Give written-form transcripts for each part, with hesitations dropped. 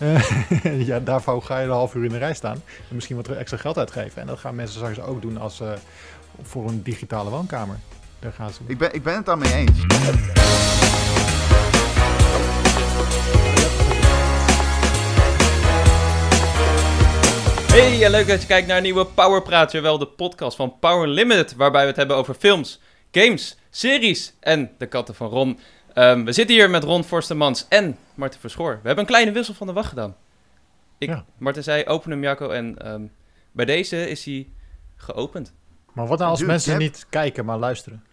Ja, daarvoor ga je een half uur in de rij staan. En misschien wat extra geld uitgeven. En dat gaan mensen straks ook doen als voor een digitale woonkamer. Daar gaan ze. Ik ben het daarmee eens. Hey, leuk dat je kijkt naar een nieuwe Powerpraat, wel de podcast van Power Limited, waarbij we het hebben over films, games, series en de katten van Ron. We zitten hier met Ron Forstemans en Martin Verschoor. We hebben een kleine wissel van de wacht gedaan. Martin zei, open hem Jacco, en bij deze is hij geopend. Maar wat nou als mensen niet kijken, maar luisteren?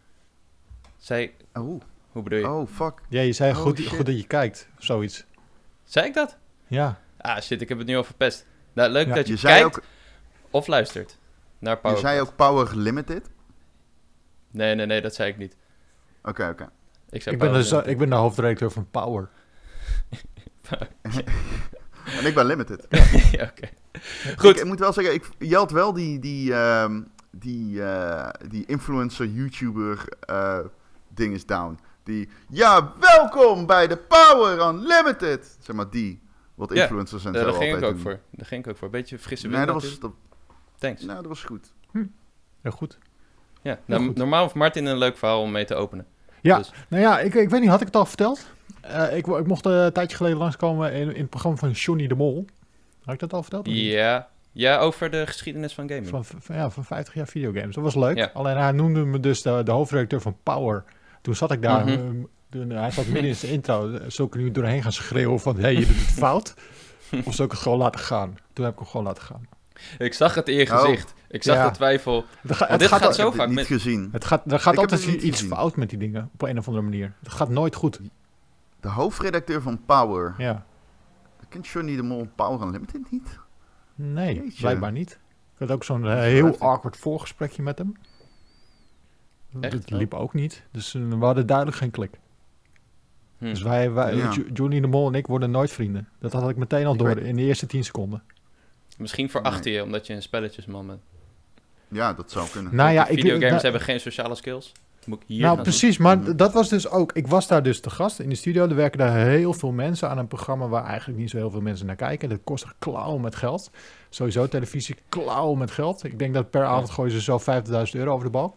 Hoe bedoel je? Oh, fuck. Ja, je zei goed dat je kijkt, of zoiets. Zei ik dat? Ja. Ah, shit, ik heb het nu al verpest. Nou, leuk dat je zei kijkt of luistert naar Power. Je zei ook Power Limited? Nee, dat zei ik niet. Oké. Ik ben de hoofdredacteur van Power. En ik ben Limited. Ja, oké. Goed. Ik moet wel zeggen, je had wel die influencer, YouTuber ding is down. Welkom bij de Power Unlimited. Zeg maar die. Wat influencers en zo daar ging altijd ik ook doen. voor. Daar ging ik ook voor. Een beetje frisse wind. Nee, Thanks. Nou, dat was goed. Ja, goed. Ja, normaal heeft Martin een leuk verhaal om mee te openen. Ja, Dus. Nou ja, ik weet niet, had ik het al verteld? Ik mocht een tijdje geleden langskomen in het programma van Johnny de Mol. Had ik dat al verteld? Ja, over de geschiedenis van gaming. Van 50 jaar videogames. Dat was leuk. Ja. Alleen hij noemde me dus de hoofdredacteur van Power. Toen zat ik daar. Hij zat midden in zijn intro. Zou ik er nu doorheen gaan schreeuwen van... Hé, je doet het fout. Of zou ik het gewoon laten gaan? Toen heb ik hem gewoon laten gaan. Ik zag het in je gezicht. Ik zag de twijfel. Dit gaat zo vaak niet gezien. Er gaat altijd iets fout met die dingen. Op een of andere manier. Het gaat nooit goed. De hoofdredacteur van Power. Ja. Kent Johnny de Mol Power Unlimited niet? Nee, Jeetje. blijkbaar niet. Ik had ook zo'n heel awkward voorgesprekje met hem. Echt? Dat liep ook niet. Dus we hadden duidelijk geen klik. Dus Johnny de Mol en ik worden nooit vrienden. Dat had ik meteen al door in de eerste 10 seconden. Misschien verachter je, omdat je een spelletjesman bent. Ja, dat zou kunnen. Nou ja, videogames hebben geen sociale skills. Moet ik hier gaan precies, maar dat was dus ook... Ik was daar dus te gast in de studio. Er werken daar heel veel mensen aan een programma... waar eigenlijk niet zo heel veel mensen naar kijken. Dat kost klauw met geld. Sowieso televisie klauw met geld. Ik denk dat per avond gooien ze zo €50.000 over de balk.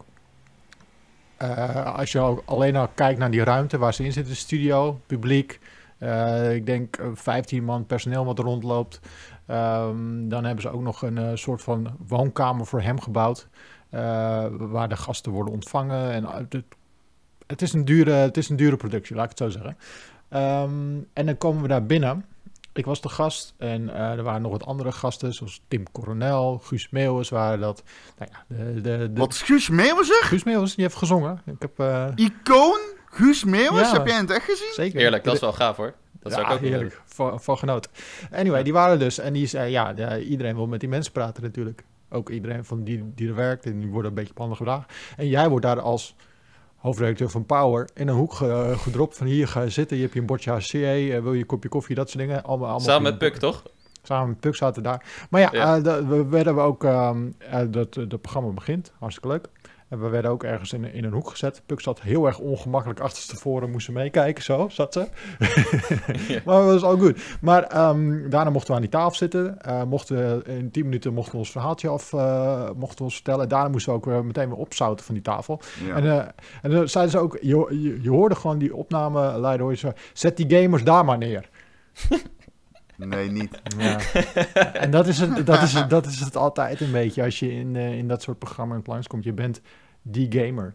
Als je ook alleen al kijkt naar die ruimte waar ze in zitten, de studio, publiek. Ik denk 15 man personeel wat er rondloopt. Dan hebben ze ook nog een soort van woonkamer voor hem gebouwd. Waar de gasten worden ontvangen. En het is een dure productie, laat ik het zo zeggen. En dan komen we daar binnen. Ik was de gast en er waren nog wat andere gasten, zoals Tim Coronel, Guus Meeuwis waren dat. Nou ja, Wat is Guus Meeuwis? Guus Meeuwis, die heeft gezongen. Icoon? Guus Meeuwis? Ja. Heb jij het echt gezien? Zeker. Eerlijk, dat is wel gaaf hoor. Dat zou ik ook heerlijk. Van genoten. Anyway, die waren dus. En die zei, iedereen wil met die mensen praten natuurlijk. Ook iedereen van die er werkt. En die worden een beetje op handen gedragen. En jij wordt daar als hoofdredacteur van Power in een hoek gedropt. Van hier ga je zitten. Je hebt je een bordje HCA. Wil je een kopje koffie? Dat soort dingen. Allemaal samen met Puk, toch? Samen met Puk zaten daar. Maar we werden ook... dat programma begint. Hartstikke leuk. En we werden ook ergens in een hoek gezet. Puk zat heel erg ongemakkelijk achterstevoren. Moesten meekijken, zo zat ze. Maar dat was al goed. Maar daarna mochten we aan die tafel zitten. In 10 minuten mochten we ons verhaaltje mochten we ons vertellen. Daarna moesten we ook meteen weer opzouten van die tafel. Ja. En dan zeiden ze ook... Je hoorde gewoon die opnameleider. Hoor je zo, zet die gamers daar maar neer. Nee, niet. Ja. En dat is het altijd een beetje als je in dat soort programma's langskomt. Je bent die gamer.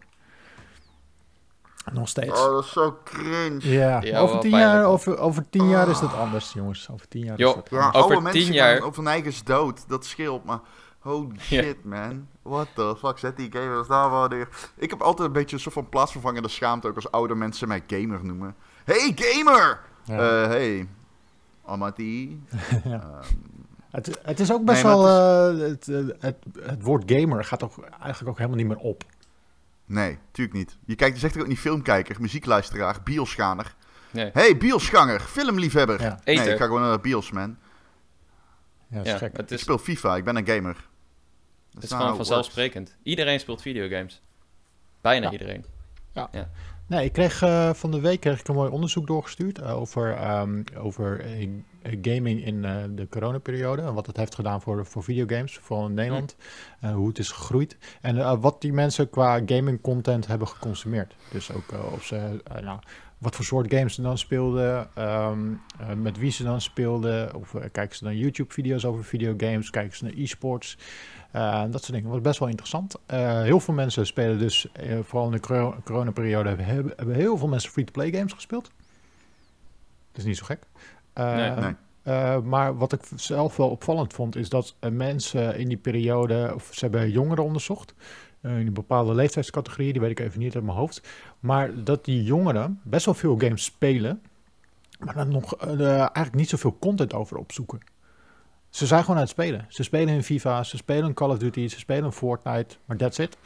Nog steeds. Oh, dat is zo cringe. Ja, over 10 jaar is dat anders, jongens. Over 10 jaar is dat anders. Over 10 jaar... Of een eigen dood, dat scheelt, maar... Holy shit, man. What the fuck, zet die gamers daar wel neer. Ik heb altijd een beetje een soort van plaatsvervangende schaamte, ook als oude mensen mij gamer noemen. Hey, gamer! Ja. Hey... Amati. Ja. Het is ook best wel... Het woord gamer gaat toch eigenlijk ook helemaal niet meer op. Nee, tuurlijk niet. Je zegt ook niet filmkijker, muziekluisteraar, biosganger. Nee. Hey, biosganger, filmliefhebber. Ja. Nee, ik ga gewoon naar de bios, man. Ja, dat is gek. Ik speel FIFA, ik ben een gamer. Het is gewoon vanzelfsprekend. Iedereen speelt videogames. Bijna iedereen. Ja. Nee, ik kreeg van de week een mooi onderzoek doorgestuurd over gaming in de coronaperiode. En wat het heeft gedaan voor videogames, vooral in Nederland. Hoe het is gegroeid. En wat die mensen qua gaming content hebben geconsumeerd. Dus ook of ze, wat voor soort games ze dan speelden. Met wie ze dan speelden. Of kijken ze dan YouTube-video's over videogames. Kijken ze naar e-sports. Dat soort dingen. Dat was best wel interessant. Heel veel mensen spelen dus, vooral in de coronaperiode, hebben heel veel mensen free-to-play games gespeeld. Dat is niet zo gek. Nee. Maar wat ik zelf wel opvallend vond, is dat mensen in die periode, of ze hebben jongeren onderzocht, in een bepaalde leeftijdscategorie, die weet ik even niet uit mijn hoofd, maar dat die jongeren best wel veel games spelen, maar dan nog eigenlijk niet zoveel content over opzoeken. Ze zijn gewoon aan het spelen. Ze spelen in FIFA, ze spelen in Call of Duty, ze spelen in Fortnite, maar that's it.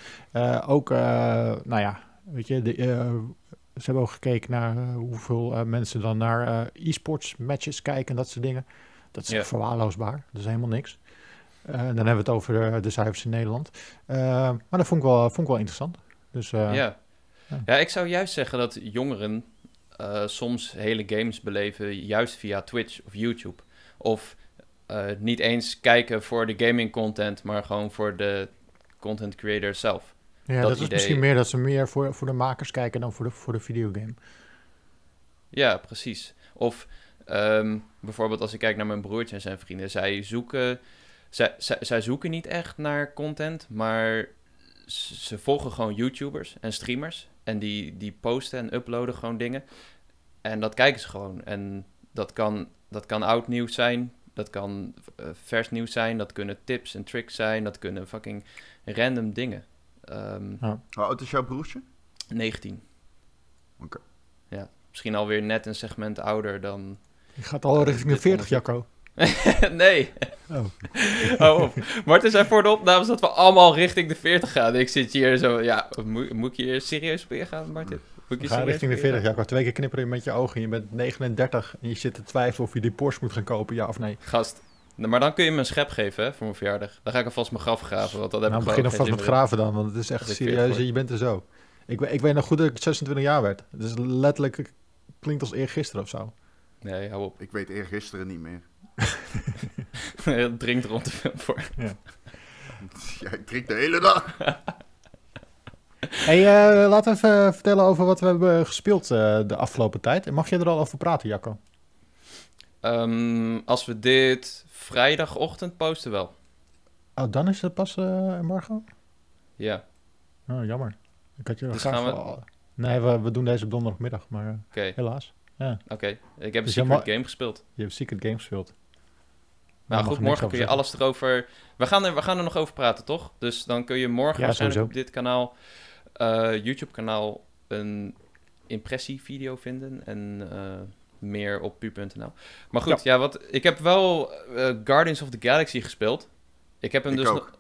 Weet je, ze hebben ook gekeken naar hoeveel mensen dan naar e-sports matches kijken en dat soort dingen. Dat is verwaarloosbaar. Dat is helemaal niks. Dan hebben we het over de cijfers in Nederland. Maar dat vond ik wel interessant. Dus, ja, ik zou juist zeggen dat jongeren soms hele games beleven juist via Twitch of YouTube. Of niet eens kijken voor de gaming content, maar gewoon voor de content creator zelf. Ja, dat is misschien meer dat ze meer voor de makers kijken dan voor de videogame. Ja, precies. Of bijvoorbeeld als ik kijk naar mijn broertje en zijn vrienden. Zij zoeken niet echt naar content, maar ze volgen gewoon YouTubers en streamers. En die posten en uploaden gewoon dingen. En dat kijken ze gewoon. En dat kan oud nieuws zijn. Dat kan vers nieuws zijn. Dat kunnen tips en tricks zijn. Dat kunnen fucking random dingen. Hoe oud is jouw broertje? 19. Oké. Ja, misschien alweer net een segment ouder dan... Je gaat al richting de 40, Jacco. Nee. Oh. Martin zei voor de opnames dat we allemaal richting de 40 gaan. Ik zit hier zo... Ja, moet ik hier serieus weer gaan, Martin? Ga richting de 40, Jacco. 2 keer knipperen met je ogen. Je bent 39 en je zit te twijfelen of je die Porsche moet gaan kopen, ja of nee. Gast. Maar dan kun je me een schep geven, hè, voor mijn verjaardag. Dan ga ik alvast mijn graf graven. Want dan heb begin alvast met graven dan, want het is echt serieus. Je bent er zo. Ik weet nog goed dat ik 26 jaar werd. Het is letterlijk... Klinkt als eergisteren of zo. Nee, hou op. Ik weet eergisteren niet meer. Drinkt rond te veel voor. Ja, ik drink de hele dag. Hey, laten we even vertellen over wat we hebben gespeeld de afgelopen tijd. En mag je er al over praten, Jacco? Als we dit vrijdagochtend posten wel. Oh, dan is het pas embargo? Ja. Oh, jammer. Ik had je Dus graag... gaan we... Nee, we doen deze op donderdagmiddag, maar helaas. Ja. Oké. Ik heb Dus een secret game gespeeld. Je hebt Secret Game gespeeld. Nou goed, morgen kun je alles erover... We gaan er nog over praten, toch? Dus dan kun je morgen waarschijnlijk op dit kanaal, YouTube-kanaal, een impressievideo vinden. En meer op pu.nl. Maar goed, ik heb wel Guardians of the Galaxy gespeeld. Ik heb hem ik dus ook.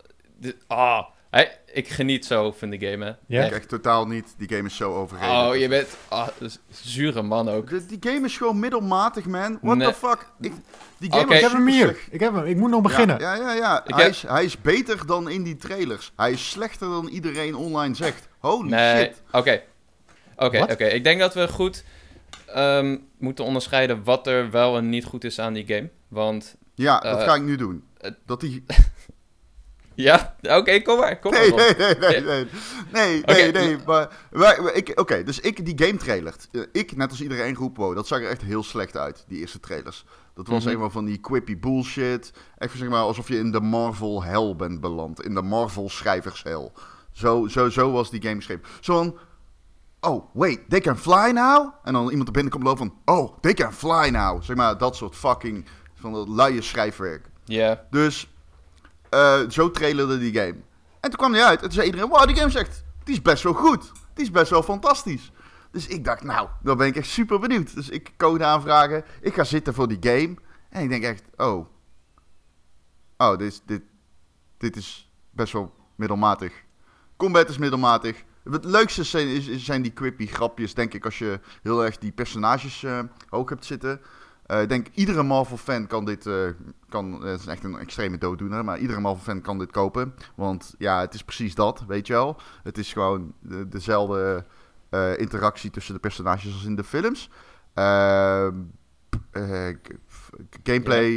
Ik geniet zo van de game, hè. Ja? Ik echt totaal niet. Die game is zo overreden. Oh, je bent... zure man ook. Die game is gewoon middelmatig, man. What the fuck? Die game Oké. Ik heb hem hier. Ik moet nog beginnen. Ja. Hij is beter dan in die trailers. Hij is slechter dan iedereen online zegt. Holy shit. Oké. Ik denk dat we goed moeten onderscheiden wat er wel en niet goed is aan die game. Want... Ja, dat ga ik nu doen. Dat die... Ja? Oké, kom maar. Nee. Maar dus die game trailer. Ik, net als iedereen, groep, wow, dat zag er echt heel slecht uit, die eerste trailers. Dat was eenmaal van die quippy bullshit. Echt zeg maar alsof je in de Marvel hell bent beland. In de Marvel schrijvers hell. Zo was die game geschreven. Zo van, oh, wait, they can fly now? En dan iemand er binnen komt lopen van, oh, they can fly now. Zeg maar, dat soort fucking, van dat luie schrijfwerk. Ja. Yeah. Dus... zo trailerde die game. En toen kwam hij uit en toen zei iedereen... Wow, die game is echt... Die is best wel goed. Die is best wel fantastisch. Dus ik dacht, nou, dan ben ik echt super benieuwd. Dus ik code aanvragen. Ik ga zitten voor die game. En ik denk echt... Oh, dit is best wel middelmatig. Combat is middelmatig. Het leukste zijn die quippy grapjes, denk ik... Als je heel erg die personages hoog hebt zitten... Ik denk, iedere Marvel-fan kan dit... het is echt een extreme dooddoener, maar iedere Marvel-fan kan dit kopen. Want ja, het is precies dat, weet je wel. Het is gewoon dezelfde interactie tussen de personages als in de films. Gameplay,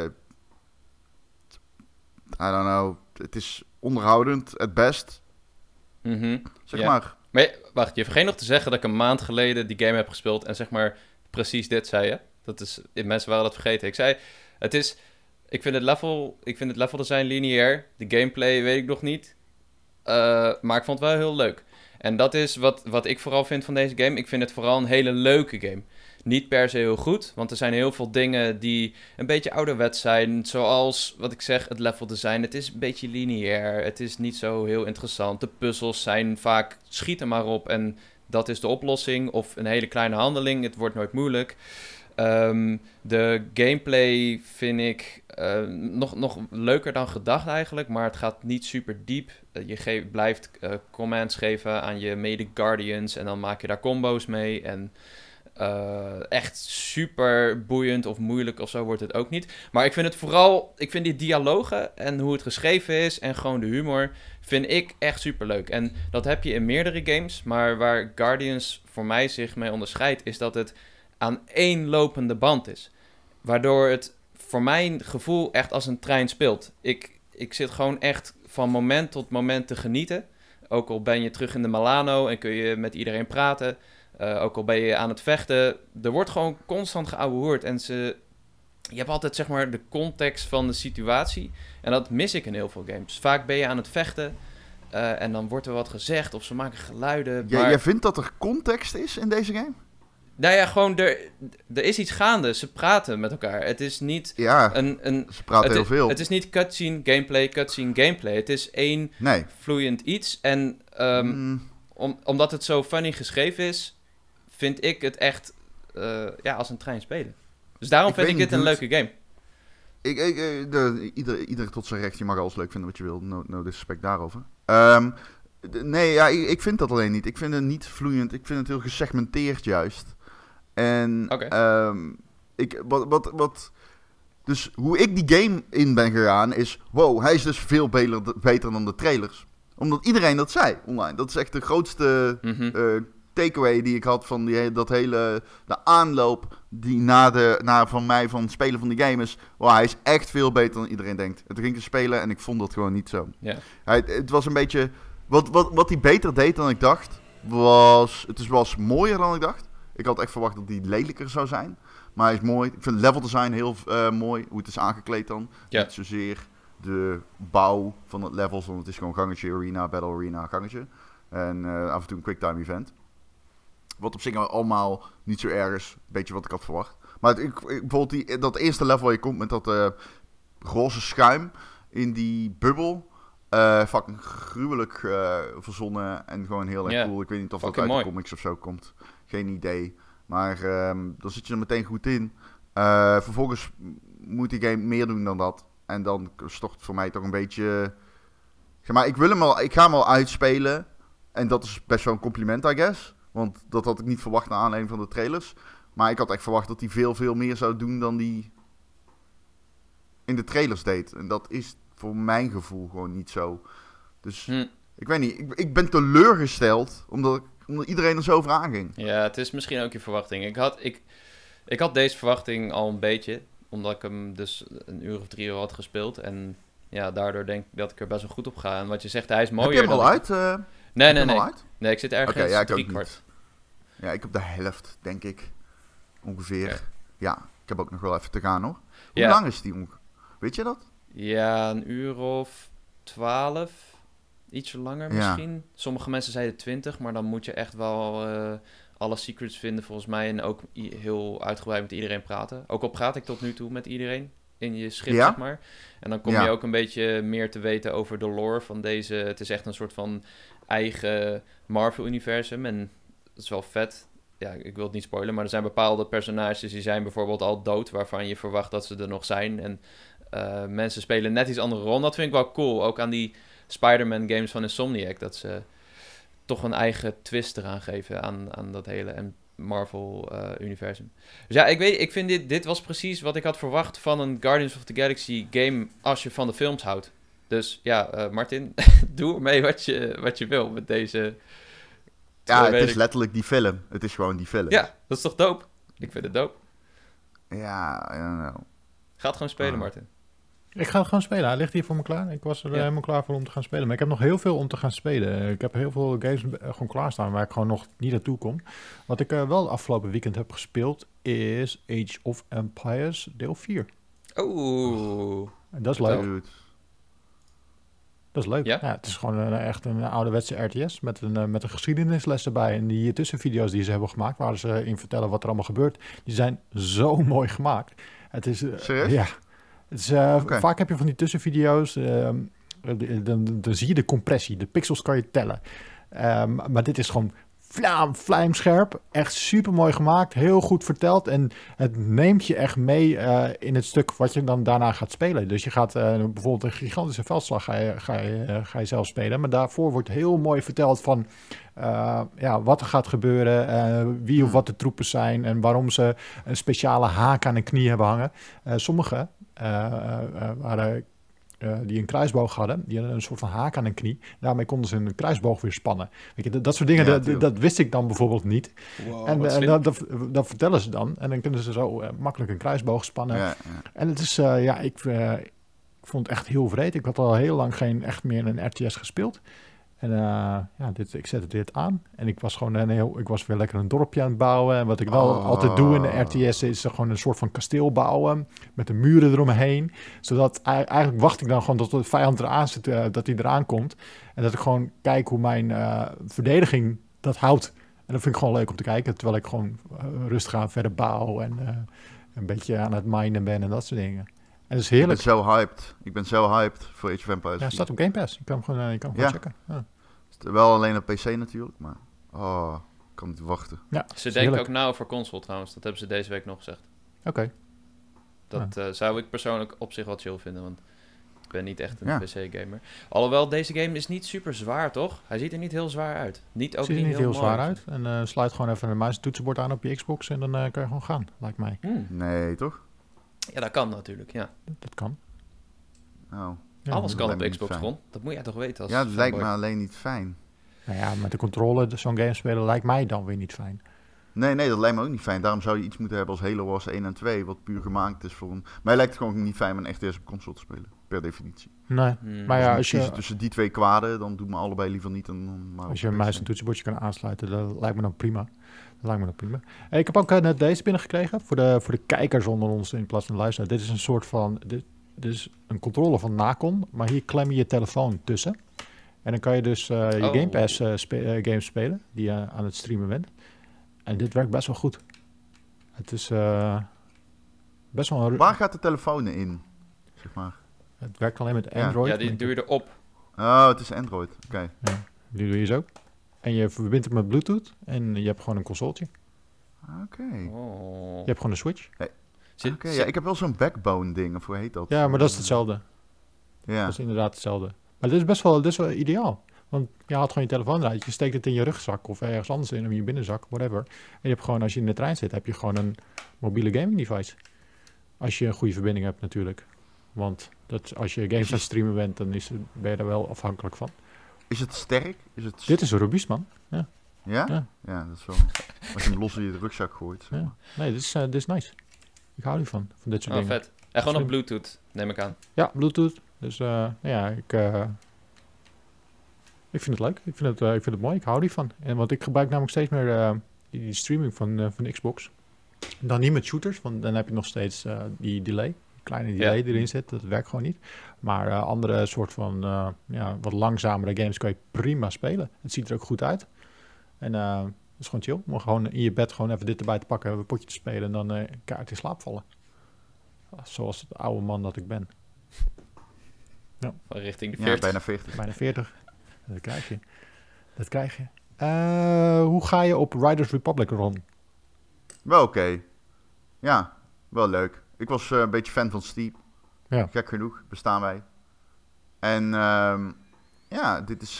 I don't know, het is onderhoudend, het best. Zeg maar. Maar wacht, je vergeet nog te zeggen dat ik een maand geleden die game heb gespeeld en zeg maar precies dit zei je. Mensen waren dat vergeten. Ik zei, ik vind het level design lineair, de gameplay weet ik nog niet, maar ik vond het wel heel leuk. En dat is wat ik vooral vind van deze game. Ik vind het vooral een hele leuke game. Niet per se heel goed, want er zijn heel veel dingen die een beetje ouderwets zijn. Zoals, wat ik zeg, het level design. Het is een beetje lineair. Het is niet zo heel interessant. De puzzels zijn vaak, schiet er maar op en dat is de oplossing. Of een hele kleine handeling, het wordt nooit moeilijk. De gameplay vind ik nog leuker dan gedacht eigenlijk, maar het gaat niet super diep. Je blijft commands geven aan je mede-guardians en dan maak je daar combo's mee. En echt super boeiend of moeilijk of zo wordt het ook niet. Maar ik vind die dialogen en hoe het geschreven is en gewoon de humor, vind ik echt super leuk. En dat heb je in meerdere games, maar waar Guardians voor mij zich mee onderscheidt, is dat het aan één lopende band is. Waardoor het voor mijn gevoel echt als een trein speelt. Ik zit gewoon echt van moment tot moment te genieten. Ook al ben je terug in de Milano en kun je met iedereen praten. Ook al ben je aan het vechten. Er wordt gewoon constant geouwehoerd. En je hebt altijd zeg maar de context van de situatie. En dat mis ik in heel veel games. Vaak ben je aan het vechten. En dan wordt er wat gezegd. Of ze maken geluiden. Ja, maar... Jij vindt dat er context is in deze game? Nou ja, gewoon er is iets gaande. Ze praten met elkaar. Het is niet ze praten heel veel. Het is niet cutscene, gameplay. Het is één vloeiend iets. En omdat het zo funny geschreven is, vind ik het echt als een trein spelen. Dus daarom vind ik dit een leuke game. Ieder tot zijn recht. Je mag alles leuk vinden wat je wil. No disrespect daarover. Ik vind dat alleen niet. Ik vind het niet vloeiend. Ik vind het heel gesegmenteerd juist. En dus hoe ik die game in ben gegaan is, wow, hij is dus veel beter dan de trailers. Omdat iedereen dat zei online. Dat is echt de grootste takeaway die ik had van de aanloop die van het spelen van die game is. Wow, hij is echt veel beter dan iedereen denkt. En toen ging ik spelen en ik vond dat gewoon niet zo. Yeah. Het was een beetje, wat hij beter deed dan ik dacht, was mooier dan ik dacht. Ik had echt verwacht dat die lelijker zou zijn. Maar hij is mooi. Ik vind het level design heel mooi. Hoe het is aangekleed dan. Ja. Niet zozeer de bouw van het levels. Want het is gewoon gangetje, arena, battle arena, gangetje. En af en toe een quicktime event. Wat op zich allemaal niet zo erg is. Beetje wat ik had verwacht. Maar bijvoorbeeld dat eerste level waar je komt met dat roze schuim in die bubbel. Fucking gruwelijk verzonnen. En gewoon heel erg cool. Ik weet niet of dat uit de comics of zo komt. Geen idee. Maar dan zit je er meteen goed in. Vervolgens moet die game meer doen dan dat. En dan stort het voor mij toch een beetje... Maar ik ga hem al uitspelen. En dat is best wel een compliment, I guess. Want dat had ik niet verwacht naar aanleiding van de trailers. Maar ik had echt verwacht dat hij veel meer zou doen dan die in de trailers deed. En dat is voor mijn gevoel gewoon niet zo. Dus ik weet niet. Ik ben teleurgesteld omdat iedereen er zo over aanging. Ja, het is misschien ook je verwachting. Ik had deze verwachting al een beetje. Omdat ik hem dus een uur of 3 had gespeeld. En ja, daardoor denk ik dat ik er best wel goed op ga. En wat je zegt, hij is mooier. Heb je hem al uit? Nee. Nee, ik zit ergens 3/4. Ja, ik heb de helft, denk ik. Ongeveer. Okay. Ja, ik heb ook nog wel even te gaan, hoor. Hoe lang is die? Weet je dat? Ja, een uur of 12. Ietsje langer misschien. Ja. Sommige mensen zeiden 20, maar dan moet je echt wel alle secrets vinden volgens mij. En ook heel uitgebreid met iedereen praten. Ook al praat ik tot nu toe met iedereen in je schip, zeg maar. En dan kom je ook een beetje meer te weten over de lore van deze. Het is echt een soort van eigen Marvel-universum. En dat is wel vet. Ja, ik wil het niet spoilen, maar er zijn bepaalde personages die zijn bijvoorbeeld al dood, waarvan je verwacht dat ze er nog zijn. En mensen spelen net iets andere rol. Dat vind ik wel cool. Ook aan die Spider-Man games van Insomniac, dat ze toch een eigen twist eraan geven aan dat hele Marvel-universum. Dus ja, ik vind dit was precies wat ik had verwacht van een Guardians of the Galaxy game als je van de films houdt. Dus ja, Martin, doe ermee wat je wil met deze Ja, het is letterlijk die film. Het is gewoon die film. Ja, dat is toch dope? Ik vind het dope. Ja, I don't know. Ga het gewoon spelen, Martin. Ik ga het gewoon spelen. Hij ligt hier voor me klaar. Ik was er helemaal klaar voor om te gaan spelen. Maar ik heb nog heel veel om te gaan spelen. Ik heb heel veel games gewoon klaarstaan waar ik gewoon nog niet naartoe kom. Wat ik wel afgelopen weekend heb gespeeld is Age of Empires deel 4. Oeh. En dat is leuk. Dude. Dat is leuk. Ja? Ja, het is gewoon echt een ouderwetse RTS met een geschiedenisles erbij. En die tussenvideo's die ze hebben gemaakt, waar ze in vertellen wat er allemaal gebeurt, die zijn zo mooi gemaakt. Het is... Serieus? Ja. Het is, Vaak heb je van die tussenvideo's, dan zie je de compressie, de pixels kan je tellen. Maar dit is gewoon vlijmscherp, echt super mooi gemaakt, heel goed verteld. En het neemt je echt mee in het stuk wat je dan daarna gaat spelen. Dus je gaat bijvoorbeeld een gigantische veldslag ga je zelf spelen. Maar daarvoor wordt heel mooi verteld van wat er gaat gebeuren, wie of wat de troepen zijn en waarom ze een speciale haak aan een knie hebben hangen. Sommige waren die een kruisboog hadden, die hadden een soort van haak aan een knie. Daarmee konden ze een kruisboog weer spannen. Weet je, dat soort dingen, dat wist ik dan bijvoorbeeld niet. Wow, en dat vertellen ze dan. En dan kunnen ze zo makkelijk een kruisboog spannen. Ja. En het is, ik vond het echt heel vreed. Ik had al heel lang geen echt meer een RTS gespeeld. En ik zette dit aan. En ik was gewoon ik was weer lekker een dorpje aan het bouwen. En wat ik wel altijd doe in de RTS is gewoon een soort van kasteel bouwen. Met de muren eromheen. Zodat eigenlijk wacht ik dan gewoon tot de vijand eraan zit, dat hij eraan komt. En dat ik gewoon kijk hoe mijn verdediging dat houdt. En dat vind ik gewoon leuk om te kijken. Terwijl ik gewoon rustig aan verder bouw. En een beetje aan het minen ben en dat soort dingen. En dat is heerlijk. Ik ben zo hyped voor Age of Empires. Ja, het staat op Game Pass. Je kan hem gewoon checken. Ja. Wel alleen op PC natuurlijk, maar ik kan niet wachten. Ja, ze denken ook na over console trouwens. Dat hebben ze deze week nog gezegd. Oké. Dat zou ik persoonlijk op zich wel chill vinden, want ik ben niet echt een PC-gamer. Alhoewel, deze game is niet super zwaar, toch? Hij ziet er niet heel zwaar uit. Ziet er niet heel zwaar uit. En sluit gewoon even een muis en toetsenbord aan op je Xbox en dan kan je gewoon gaan, lijkt mij. Nee, toch? Ja, dat kan natuurlijk, ja. Dat kan. Oh. Ja, alles kan op Xbox One. Dat moet jij toch weten als het lijkt me alleen niet fijn. Nou ja, met de controle zo'n game spelen lijkt mij dan weer niet fijn. Nee, dat lijkt me ook niet fijn. Daarom zou je iets moeten hebben als Halo Wars 1 en 2, wat puur gemaakt is voor een... Mij lijkt het gewoon niet fijn om een RTS op console te spelen, per definitie. Nee, maar ja, als je tussen die twee kwaden, dan doe me allebei liever niet. Als je een muis en toetsenbordje kan aansluiten, dat lijkt me dan prima. Ik heb ook net deze binnengekregen voor de kijkers onder ons in plaats van luisteren. Dit is een soort van... Dit is een controller van Nacon, maar hier klem je je telefoon tussen. En dan kan je dus je Game Pass games spelen, die je aan het streamen bent. En dit werkt best wel goed. Het is best wel Waar gaat de telefoon in, zeg maar? Het werkt alleen met Android. Ja, die doe je erop. Oh, het is Android. Oké. Ja, die doe je zo. En je verbindt het met Bluetooth en je hebt gewoon een consoleetje. Oké. Je hebt gewoon een Switch. Oké, ja, ik heb wel zo'n backbone ding, of hoe heet dat? Ja, maar dat is hetzelfde. Ja. Dat is inderdaad hetzelfde. Maar dit is wel ideaal. Want je haalt gewoon je telefoon eruit, je steekt het in je rugzak of ergens anders in je binnenzak, whatever. En je hebt gewoon, als je in de trein zit, heb je gewoon een mobiele gaming device. Als je een goede verbinding hebt natuurlijk. Want als je games aan het streamen bent, dan ben je daar wel afhankelijk van. Is het sterk? Dit is een robuust, man. Ja? Ja, dat is wel... Als je hem los in je rugzak gooit. Zeg maar. Ja. Nee, dit is nice. Ik hou ervan, van dit soort dingen. Vet. En gewoon op Bluetooth, neem ik aan. Ja, Bluetooth. Dus ik vind het leuk. Ik vind het mooi. Ik hou ervan. Want ik gebruik namelijk steeds meer die streaming van Xbox. Dan niet met shooters, want dan heb je nog steeds die delay. Kleine delay die erin zit. Dat werkt gewoon niet. Maar andere soort van wat langzamere games kan je prima spelen. Het ziet er ook goed uit. En het is gewoon chill. Om gewoon in je bed gewoon even dit erbij te pakken, een potje te spelen en dan kaart in slaap vallen. Zoals het oude man dat ik ben. Ja. Van richting de 40. Ja, bijna 40. Bijna 40. Dat krijg je. Hoe ga je op Riders Republic, Ron? Wel oké. Ja, wel leuk. Ik was een beetje fan van Steep. Ja. Gek genoeg, bestaan wij. En dit is...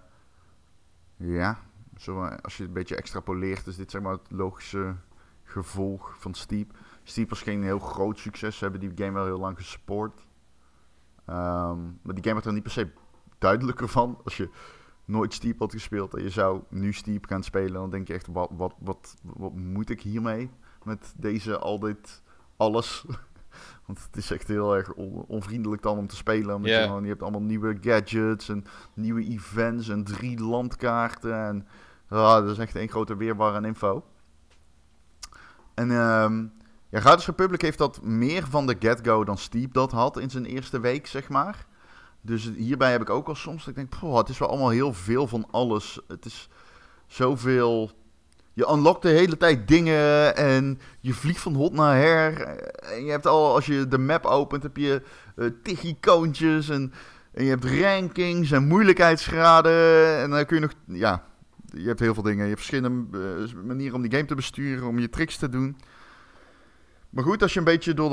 als je het een beetje extrapoleert, is dit zeg maar het logische gevolg van Steep. Steep was geen heel groot succes. Ze hebben die game wel heel lang gesupport. Maar die game werd er niet per se duidelijker van. Als je nooit Steep had gespeeld en je zou nu Steep gaan spelen, dan denk je echt, wat moet ik hiermee? Met dit alles. Want het is echt heel erg onvriendelijk dan om te spelen. Omdat je hebt allemaal nieuwe gadgets en nieuwe events en 3 landkaarten. En dat is echt één grote weerwar aan info. En Riders Republic heeft dat meer van de get-go dan Steep dat had in zijn eerste week, zeg maar. Dus hierbij heb ik ook al soms dat ik denk, het is wel allemaal heel veel van alles. Het is zoveel. Je unlockt de hele tijd dingen en je vliegt van hot naar her. En je hebt als je de map opent, heb je 10 icoontjes en je hebt rankings en moeilijkheidsgraden. En dan kun je nog, je hebt heel veel dingen. Je hebt verschillende manieren om die game te besturen, om je tricks te doen. Maar goed, als je een beetje door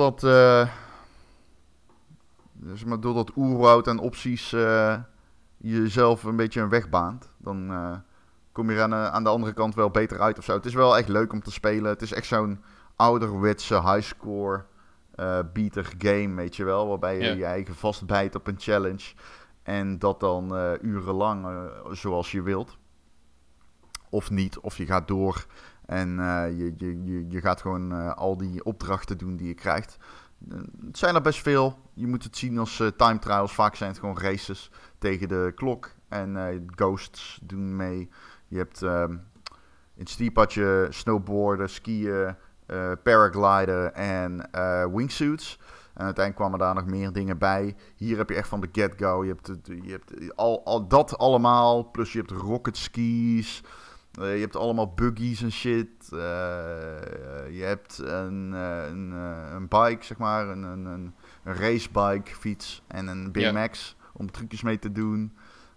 dat oerwoud en opties jezelf een beetje een weg baant, dan kom je er aan de andere kant wel beter uit of zo. Het is wel echt leuk om te spelen. Het is echt zo'n ouderwetse highscore beater game, weet je wel. Waarbij je je eigen vastbijt op een challenge. En dat dan urenlang zoals je wilt. Of niet, of je gaat door. En je gaat gewoon al die opdrachten doen die je krijgt. Het zijn er best veel. Je moet het zien als time trials. Vaak zijn het gewoon races tegen de klok. En ghosts doen mee. Je hebt in Steep had je snowboarden, skiën, paragliden en wingsuits. En uiteindelijk kwamen daar nog meer dingen bij. Hier heb je echt van de get-go. Je hebt al dat allemaal. Plus je hebt rocket skis. Je hebt allemaal buggies en shit. Je hebt een bike, zeg maar. Een racebike, fiets en een BMX om trucjes mee te doen.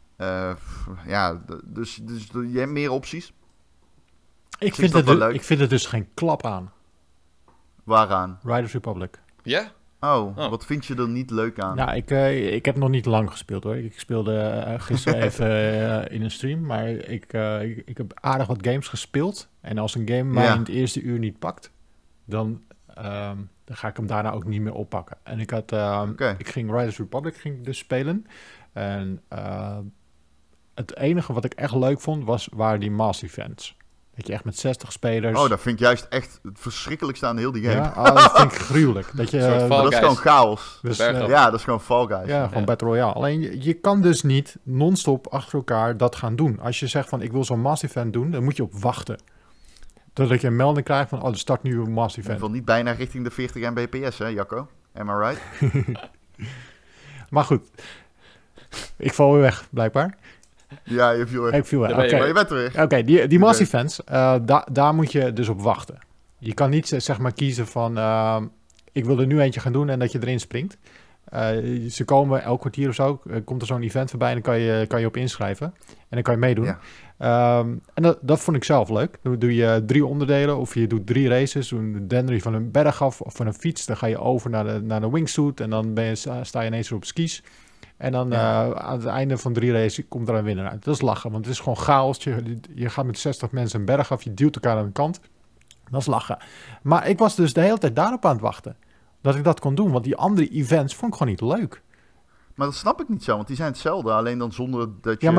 Dus je hebt meer opties. Ik vind het dus geen klap aan. Waaraan? Riders Republic. Ja? Oh, wat vind je er niet leuk aan? Nou, ik heb nog niet lang gespeeld hoor. Ik speelde gisteren even in een stream, maar ik heb aardig wat games gespeeld. En als een game mij in het eerste uur niet pakt, dan ga ik hem daarna ook niet meer oppakken. En ik ging Riders Republic dus spelen. En het enige wat ik echt leuk vond, waren die mass events. Dat je echt met 60 spelers... Oh, dat vind ik juist echt het verschrikkelijkste aan heel die game. Ja, dat vind ik gruwelijk. Dat is gewoon chaos. Dus, dat is gewoon Fall Guys. Ja, gewoon Battle Royale. Alleen, je kan dus niet non-stop achter elkaar dat gaan doen. Als je zegt van, ik wil zo'n mass event doen, dan moet je op wachten. Totdat je een melding krijgt van, er start nu een mass event. Ik wil niet bijna richting de 40 mbps, hè, Jacco? Am I right? Maar goed. Ik val weer weg, blijkbaar. Ja, je viel weg. Ik viel weg, oké. Maar je bent er weer. Oké, die mass events, daar moet je dus op wachten. Je kan niet zeg maar kiezen van, ik wil er nu eentje gaan doen en dat je erin springt. Ze komen elk kwartier of zo, komt er zo'n event voorbij en dan kan je op inschrijven. En dan kan je meedoen. Ja. En dat vond ik zelf leuk. Dan doe je 3 onderdelen of je doet 3 races. Een dennery van een berg af of van een fiets. Dan ga je over naar de wingsuit en dan sta je ineens op skis. En dan aan het einde van 3 races komt er een winnaar uit. Dat is lachen, want het is gewoon chaos. Je gaat met 60 mensen een berg af, je duwt elkaar aan de kant. Dat is lachen. Maar ik was dus de hele tijd daarop aan het wachten. Dat ik dat kon doen, want die andere events vond ik gewoon niet leuk. Maar dat snap ik niet zo, want die zijn hetzelfde. Alleen dan zonder dat je...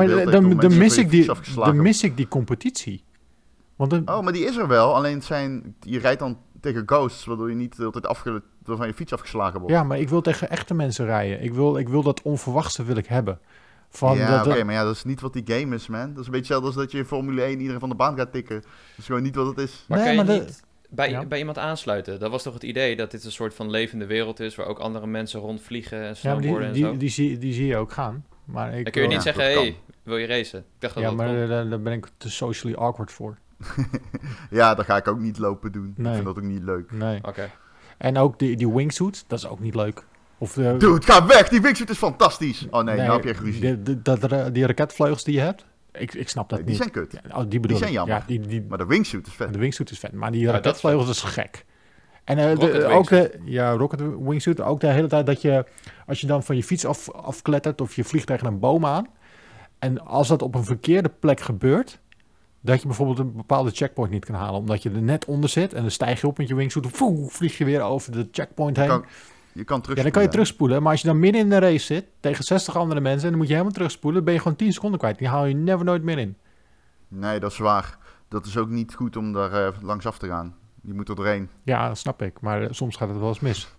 Ja, maar dan mis ik die competitie. Want maar die is er wel. Alleen je rijdt dan tegen ghosts, waardoor je niet de hele tijd van je fiets afgeslagen wordt. Ja, maar ik wil tegen echte mensen rijden. Ik wil dat onverwachte wil ik hebben. Maar dat is niet wat die game is, man. Dat is een beetje hetzelfde als dat je in Formule 1 iedereen van de baan gaat tikken. Dat is gewoon niet wat het is. Maar kan je niet bij iemand aansluiten? Dat was toch het idee, dat dit een soort van levende wereld is, waar ook andere mensen rondvliegen en snowboarden en zo? Die zie je ook gaan. Maar dan kun je niet zeggen, wil je racen? Ik dacht dat daar ben ik te socially awkward voor. Ja, dat ga ik ook niet lopen doen. Nee. Ik vind dat ook niet leuk. Nee. Okay. En ook die wingsuit, dat is ook niet leuk. Dude, ga weg! Die wingsuit is fantastisch! Oh nee, nou heb je echt ruzie. Die raketvleugels die je hebt, ik snap dat niet. Die zijn kut. Ja, die zijn jammer. Ja, maar de wingsuit is vet. De wingsuit is vet, maar die raketvleugels is gek. En rocket wingsuit, ook de hele tijd dat je, als je dan van je fiets afklettert of je vliegt tegen een boom aan, en als dat op een verkeerde plek gebeurt, dat je bijvoorbeeld een bepaalde checkpoint niet kan halen, omdat je er net onder zit en dan stijg je op met je wingsuit, vlieg je weer over de checkpoint heen. Je kan terugspoelen. Ja, dan kan je terugspoelen. Maar als je dan midden in de race zit, tegen 60 andere mensen, en dan moet je helemaal terugspoelen, dan ben je gewoon 10 seconden kwijt. Die haal je never nooit meer in. Nee, dat is waar. Dat is ook niet goed om daar langs af te gaan. Je moet er doorheen. Ja, dat snap ik. Maar soms gaat het wel eens mis.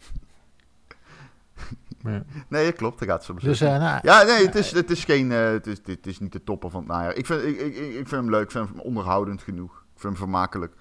Ja. Nee, dat klopt. Dat gaat zo Dus, ja, nee, het is niet de topper van het najaar. Ik vind hem leuk. Ik vind hem onderhoudend genoeg. Ik vind hem vermakelijk.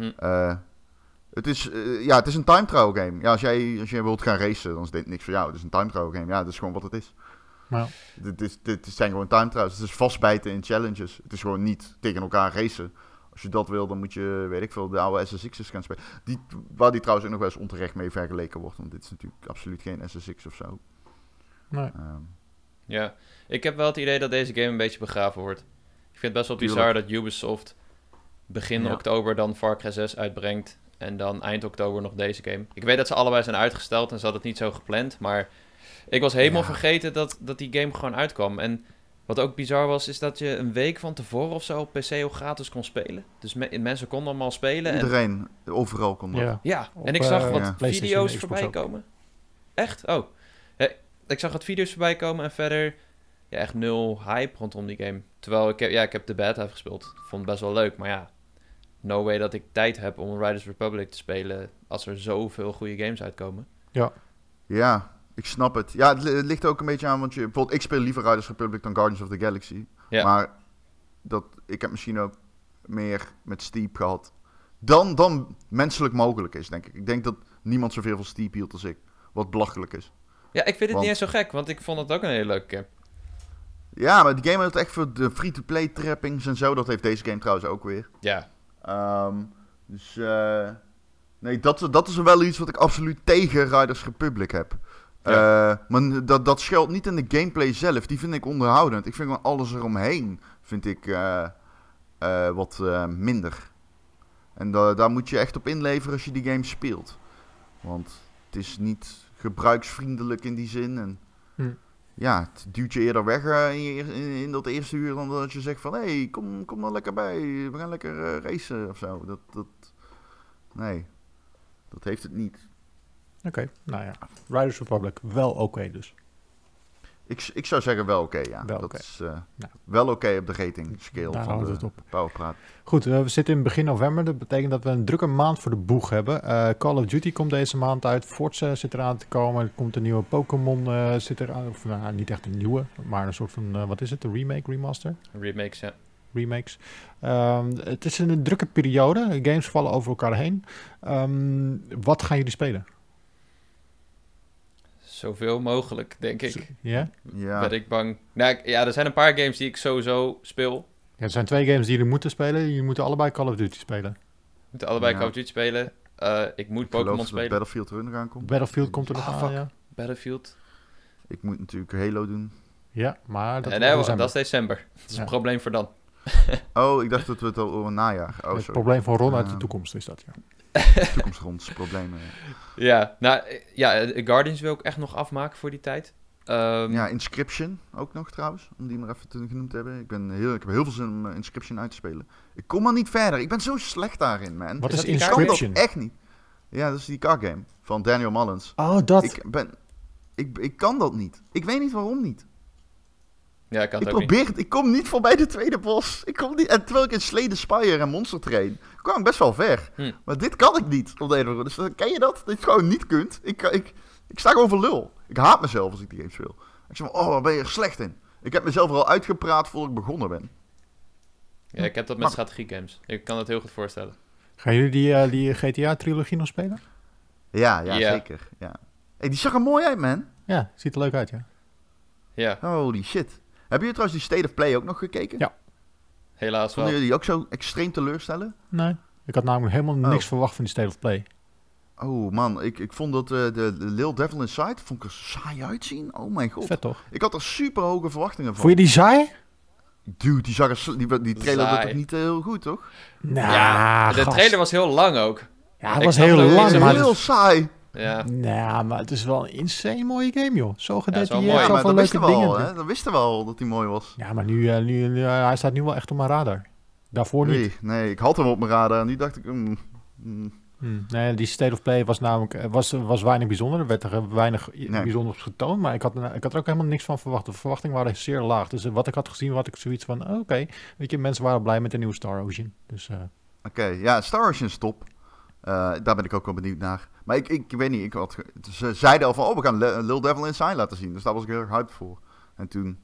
Het is een time trial game. Ja, als jij wilt gaan racen, dan is dit niks voor jou. Het is een time trial game. Ja, dat is gewoon wat het is. Ja. Dit zijn gewoon time trials. Het is vastbijten in challenges. Het is gewoon niet tegen elkaar racen. Als je dat wil, dan moet je, weet ik veel, de oude SSX's gaan spelen. Waar die trouwens ook nog wel eens onterecht mee vergeleken wordt. Want dit is natuurlijk absoluut geen SSX of zo. Nee. Ja, ik heb wel het idee dat deze game een beetje begraven wordt. Ik vind het best wel bizar dat Ubisoft begin oktober dan Far Cry 6 uitbrengt. En dan eind oktober nog deze game. Ik weet dat ze allebei zijn uitgesteld en ze hadden het niet zo gepland. Maar ik was helemaal vergeten dat die game gewoon uitkwam. En wat ook bizar was, is dat je een week van tevoren of zo op PC ook gratis kon spelen. Dus mensen konden allemaal spelen. Iedereen, overal kon dat. Ja, en ik zag wat video's Xbox voorbij ook. komen. Echt? Oh. Ja, ik zag wat video's voorbij komen en verder echt nul hype rondom die game. Terwijl ik heb de beta gespeeld. Ik vond het best wel leuk, maar ja, no way dat ik tijd heb om Riders Republic te spelen als er zoveel goede games uitkomen. Ja, ik snap het. Ja, het ligt ook een beetje aan, want bijvoorbeeld ik speel liever Riders Republic dan Guardians of the Galaxy. Ja. Maar ik heb misschien ook meer met Steep gehad dan menselijk mogelijk is, denk ik. Ik denk dat niemand zoveel van Steep hield als ik, wat belachelijk is. Ja, ik vind het niet eens zo gek, want ik vond het ook een hele leuke game. Ja, maar die game heeft echt voor de free-to-play trappings en zo. Dat heeft deze game trouwens ook weer. Ja. Dus nee, dat is wel iets wat ik absoluut tegen Riders Republic heb. Ja. Maar dat schuilt niet in de gameplay zelf. Die vind ik onderhoudend. Ik vind gewoon alles eromheen vind ik wat minder. En daar moet je echt op inleveren als je die game speelt. Want het is niet gebruiksvriendelijk in die zin. En ja, het duwt je eerder weg in dat eerste uur dan dat je zegt van hey, kom dan lekker bij. We gaan lekker racen of zo. Nee, dat heeft het niet. Oké, nou ja. Riders Republic, wel oké dus. Ik zou zeggen wel oké, ja. Wel dat oké. is wel oké op de rating scale Daar van houdt de het op. Powerpraat. Goed, we zitten in begin november. Dat betekent dat we een drukke maand voor de boeg hebben. Call of Duty komt deze maand uit. Forza zit eraan te komen. Er komt een nieuwe Pokémon zit eraan. Of nou, niet echt een nieuwe, maar een soort van, wat is het? Een remake, remaster? Remakes, ja. Remakes. Het is een drukke periode. Games vallen over elkaar heen. Wat gaan jullie spelen? Zoveel mogelijk, denk ik. Ja? Ja. Ben ik bang. Nou, ja, er zijn een paar games die ik sowieso speel. Ja, er zijn 2 games die jullie moeten spelen. Jullie moeten allebei Call of Duty spelen. We moeten allebei Ja. Call of Duty spelen. Ik moet Ik geloof Pokémon dat spelen. Battlefield Run gaan komen. Battlefield komt er nog aan, fuck. ja. Battlefield. Ik moet natuurlijk Halo doen. Ja, maar dat, Nee, is dat is december. Dat is Ja. een probleem voor dan. Oh, ik dacht dat we het al over najaar. Oh, het sorry. probleem van Ron uit de toekomst is dat, ja. Toekomstronds problemen. Ja, nou, ja, Guardians wil ik echt nog afmaken voor die tijd. Ja, Inscription ook nog trouwens, om die maar even te genoemd te hebben. Ik heb heel veel zin om Inscription uit te spelen. Ik kom maar niet verder. Ik ben zo slecht daarin, man. Wat Is is dat die Inscription? Echt niet. Ja, dat is die car game van Daniel Mullins. Oh, dat. Ik kan dat niet. Ik weet niet waarom niet. Ja, ik kan Ik het ook niet. probeer het. Ik kom niet voorbij de tweede bos. Ik kom niet. En terwijl ik in Slay Spire en Monster Train kwam ik best wel ver. Maar dit kan ik niet. Op de een of andere. Dus ken je dat? Dat je het gewoon niet kunt. Ik sta gewoon voor lul. Ik haat mezelf als ik die game speel. Ik zeg maar, oh, waar ben je er slecht in? Ik heb mezelf er al uitgepraat voordat ik begonnen ben. Ja, ik heb dat met strategiegames. Ik kan het heel goed voorstellen. Gaan jullie die GTA-trilogie nog spelen? Ja, Ja. zeker. Ja. Hey, die zag er mooi uit, man. Ja, ziet er leuk uit, ja. Ja, Holy shit. Heb je trouwens die State of Play ook nog gekeken? Ja. helaas Vonden wel. jullie die ook zo extreem teleurstellen? Nee, ik had namelijk helemaal niks verwacht van die State of Play. Oh man, ik vond dat de Lil Devil Inside, vond ik er saai uitzien. Oh mijn god. Vet toch? Ik had er super hoge verwachtingen van. Vond je die saai? Dude, die trailer Saai. doet toch niet heel goed, toch? Nou, Ja, de gast. trailer was heel lang ook. Ja, het Ik was snap heel dat het lang, niet zo maar... heel Heel saai. Ja, Nou, maar het is wel een insane mooie game, joh. Zo wel gedetailleerd, mooi. Ja, maar zoveel dat wisten leuke we dingen. al, hè? Dat wisten we al, dat hij mooi was. Ja, maar nu, hij staat nu wel echt op mijn radar. Daarvoor niet. Nee, ik had hem op mijn radar en nu dacht ik... Nee, die State of Play was namelijk was weinig bijzonder. Er werd er weinig bijzonders getoond. Maar ik had er ook helemaal niks van verwacht. De verwachtingen waren zeer laag. Dus wat ik had gezien, had ik zoiets van... Oké, weet je, mensen waren blij met de nieuwe Star Ocean. Dus, Oké, ja, Star Ocean is top. Daar ben ik ook wel benieuwd naar. Maar ik weet niet, ze zeiden al van... we gaan Little Devil Inside laten zien. Dus daar was ik heel erg hyped voor. En toen...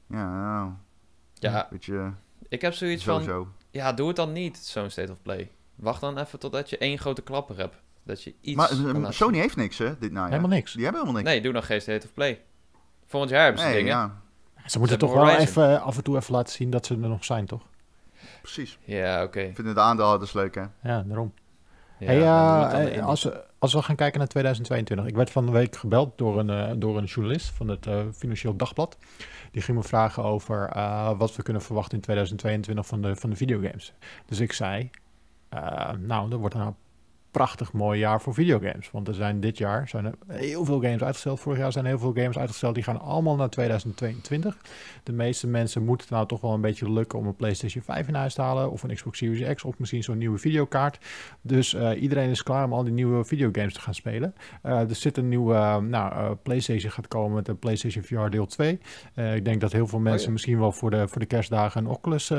beetje, ik heb zoiets van... Ja, doe het dan niet, zo'n State of Play. Wacht dan even totdat je 1 grote klapper hebt. Dat je iets... Maar Sony heeft niks, hè, dit najaar. Helemaal niks. Die hebben helemaal niks. Nee, doe dan geen State of Play. Volgend jaar hebben ze dingen. Ja. Ze moeten toch wel even af en toe even laten zien dat ze er nog zijn, toch? Precies. Ja, oké. Ik vind de aandeelhouders leuk, hè? Ja, daarom. Ja, als we gaan kijken naar 2022. Ik werd van de week gebeld door een journalist van het Financieel Dagblad. Die ging me vragen over wat we kunnen verwachten in 2022 van de videogames. Dus ik zei, dat wordt een prachtig mooi jaar voor videogames. Want dit jaar zijn er heel veel games uitgesteld. Vorig jaar zijn er heel veel games uitgesteld. Die gaan allemaal naar 2022. De meeste mensen moeten het nou toch wel een beetje lukken om een PlayStation 5 in huis te halen. Of een Xbox Series X. Of misschien zo'n nieuwe videokaart. Dus iedereen is klaar om al die nieuwe videogames te gaan spelen. Er zit een nieuwe PlayStation gaat komen met de PlayStation VR deel 2. Ik denk dat heel veel mensen misschien wel voor de kerstdagen een Oculus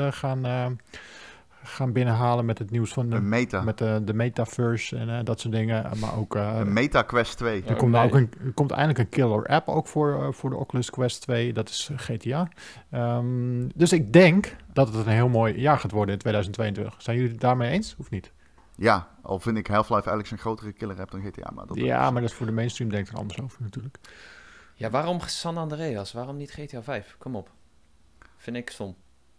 gaan binnenhalen met het nieuws van de Metaverse en dat soort dingen. Maar ook... de Meta Quest 2. Er komt eindelijk een killer app ook voor de Oculus Quest 2. Dat is GTA. Dus ik denk dat het een heel mooi jaar gaat worden in 2022. Zijn jullie het daarmee eens of niet? Ja, al vind ik Half-Life eigenlijk een grotere killer app dan GTA. Maar maar dat is voor de mainstream denkt er anders over natuurlijk. Ja, waarom San Andreas? Waarom niet GTA 5? Kom op. Vind ik stom.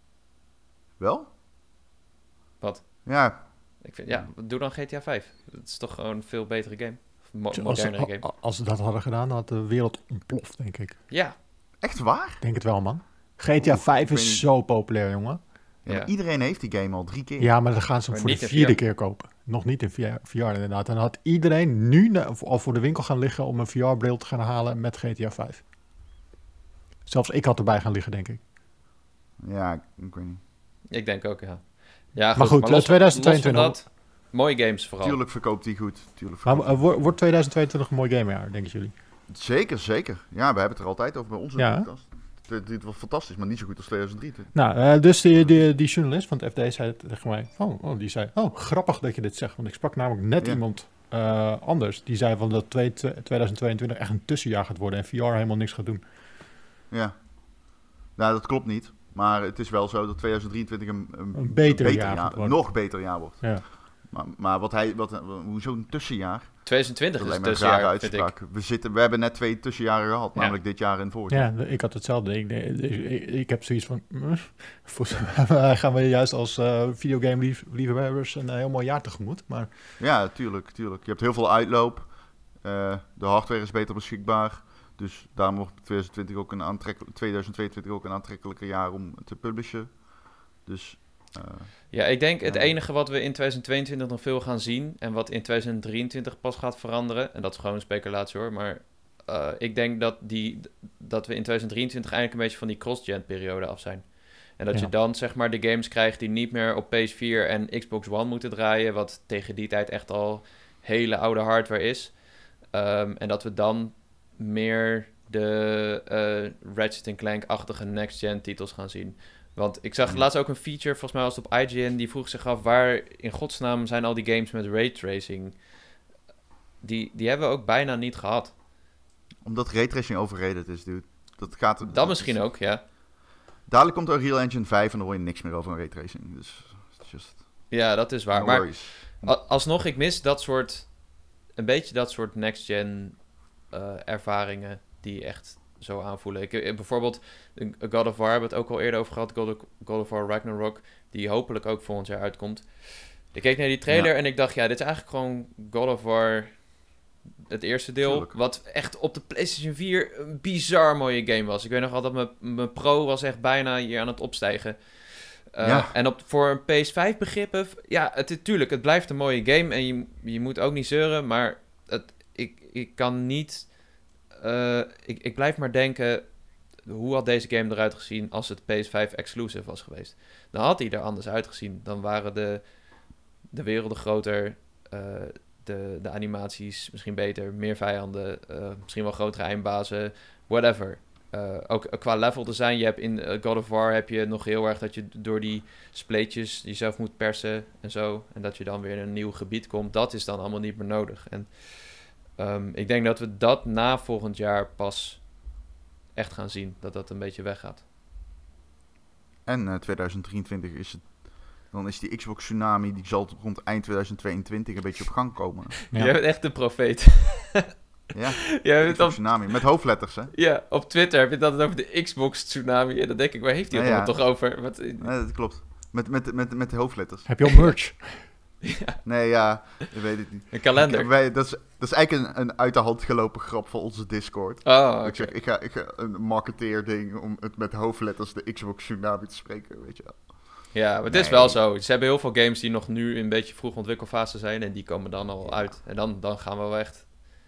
Wel? Wat? Ja. Ik vind, doe dan GTA 5. Het is toch gewoon een veel betere game. Modernere game. Als ze dat hadden gedaan, dan had de wereld ontploft, denk ik. Ja. Echt waar? Denk het wel, man. GTA 5 is zo populair, jongen. Ja, maar iedereen heeft die game al 3 keer. Ja, maar dan gaan ze hem voor de 4e keer kopen. Nog niet in VR inderdaad. En dan had iedereen nu al voor de winkel gaan liggen om een VR-bril te gaan halen met GTA 5. Zelfs ik had erbij gaan liggen, denk ik. Ja, ik weet niet. Ik denk ook, ja. Ja, maar goed, 2022. Los dat, mooie games vooral. Tuurlijk verkoopt die goed. Wordt 2022 een mooi gamejaar, denken jullie? Zeker. Ja, we hebben het er altijd over bij onze podcast. Dit was fantastisch, maar niet zo goed als 2023. Nou, dus die journalist van het FD zei tegen mij... die zei, grappig dat je dit zegt. Want ik sprak namelijk net iemand anders. Die zei van dat 2022 echt een tussenjaar gaat worden... en VR helemaal niks gaat doen. Ja. Nou, dat klopt niet. Maar het is wel zo dat 2023 een beter jaar nog beter jaar wordt. Ja. Maar hoezo een tussenjaar? 2020 is een tussenjaar, vind ik. We hebben net 2 tussenjaren gehad, namelijk dit jaar en vorig jaar. Ja, ik had hetzelfde. Ik heb zoiets van... gaan we juist als videogame-liefhebbers een heel mooi jaar tegemoet. Maar... Ja, tuurlijk. Je hebt heel veel uitloop. De hardware is beter beschikbaar. Dus daarom wordt 2022 ook een aantrekkelijker jaar om te publishen. Dus... ik denk het enige wat we in 2022 nog veel gaan zien... en wat in 2023 pas gaat veranderen... en dat is gewoon een speculatie hoor... maar ik denk dat we in 2023 eigenlijk een beetje van die cross-gen periode af zijn. En dat je dan zeg maar de games krijgt die niet meer op PS4 en Xbox One moeten draaien... wat tegen die tijd echt al hele oude hardware is. En dat we dan meer de Ratchet & Clank-achtige next-gen titels gaan zien... Want ik zag laatst ook een feature, volgens mij was het op IGN... die vroeg zich af, waar in godsnaam zijn al die games met raytracing? Die hebben we ook bijna niet gehad. Omdat raytracing overrated is, dude. Dat misschien ook, ja. Dadelijk komt er Unreal Engine 5 en dan hoor je niks meer over een raytracing. Dus ja, dat is waar. Maar alsnog, ik mis een beetje dat soort next-gen ervaringen... die echt... zo aanvoelen. Bijvoorbeeld God of War hebben we het ook al eerder over gehad. God of War Ragnarok, die hopelijk ook volgend jaar uitkomt. Ik keek naar die trailer en ik dacht, dit is eigenlijk gewoon God of War, het eerste deel. Tuurlijk. Wat echt op de PlayStation 4 een bizar mooie game was. Ik weet nog altijd, mijn Pro was echt bijna hier aan het opstijgen. En voor een PS5 begrippen, het blijft een mooie game en je moet ook niet zeuren, maar ik kan niet... Ik blijf maar denken, hoe had deze game eruit gezien als het PS5 exclusive was geweest? Dan had hij er anders uitgezien. Dan waren de werelden groter. de animaties misschien beter, meer vijanden, misschien wel grotere eindbazen, whatever. Ook qua level design, je hebt in God of War heb je nog heel erg dat je door die spleetjes jezelf moet persen en zo, en dat je dan weer in een nieuw gebied komt. Dat is dan allemaal niet meer nodig. En ik denk dat we dat na volgend jaar pas echt gaan zien, dat een beetje weggaat. En 2023 is het. Dan is die Xbox Tsunami, die zal rond eind 2022 een beetje op gang komen. Ja. Je bent echt de profeet. Ja, Xbox Tsunami, met hoofdletters, hè? Ja, op Twitter heb je dat over de Xbox Tsunami. En dan denk ik, waar heeft hij het toch over? Wat... Nee, dat klopt. Met de hoofdletters. Heb je al merch? Ja. Nee, ja, ik weet het niet. Een kalender. Dat is eigenlijk een uit de hand gelopen grap voor onze Discord. Oh, okay. Ik zeg, ik ga een marketeerding om het met hoofdletters de Xbox Tsunami te spreken, weet je wel. Ja, maar het is wel zo. Ze hebben heel veel games die nog nu in een beetje vroeg ontwikkelfase zijn. En die komen dan al uit. En dan gaan we wel echt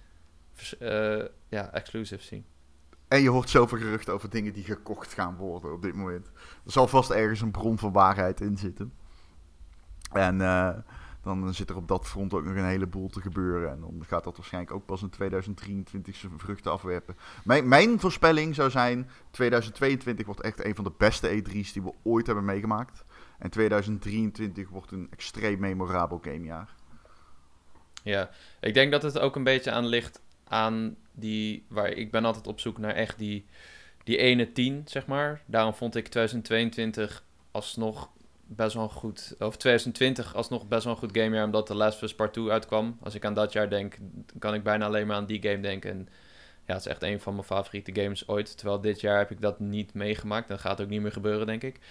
exclusive zien. En je hoort zoveel geruchten over dingen die gekocht gaan worden op dit moment. Er zal vast ergens een bron van waarheid in zitten. En dan zit er op dat front ook nog een heleboel te gebeuren. En dan gaat dat waarschijnlijk ook pas in 2023 zijn vruchten afwerpen. Mijn voorspelling zou zijn, 2022 wordt echt een van de beste E3's die we ooit hebben meegemaakt. En 2023 wordt een extreem memorabel gamejaar. Ja, ik denk dat het ook een beetje aan ligt aan ik ben altijd op zoek naar echt die ene 10, zeg maar. Daarom vond ik 2022 alsnog best wel goed, of 2020 alsnog best wel een goed gamejaar, omdat The Last of Us Part 2 uitkwam. Als ik aan dat jaar denk, kan ik bijna alleen maar aan die game denken. En ja, het is echt een van mijn favoriete games ooit. Terwijl dit jaar heb ik dat niet meegemaakt. Dat gaat ook niet meer gebeuren, denk ik.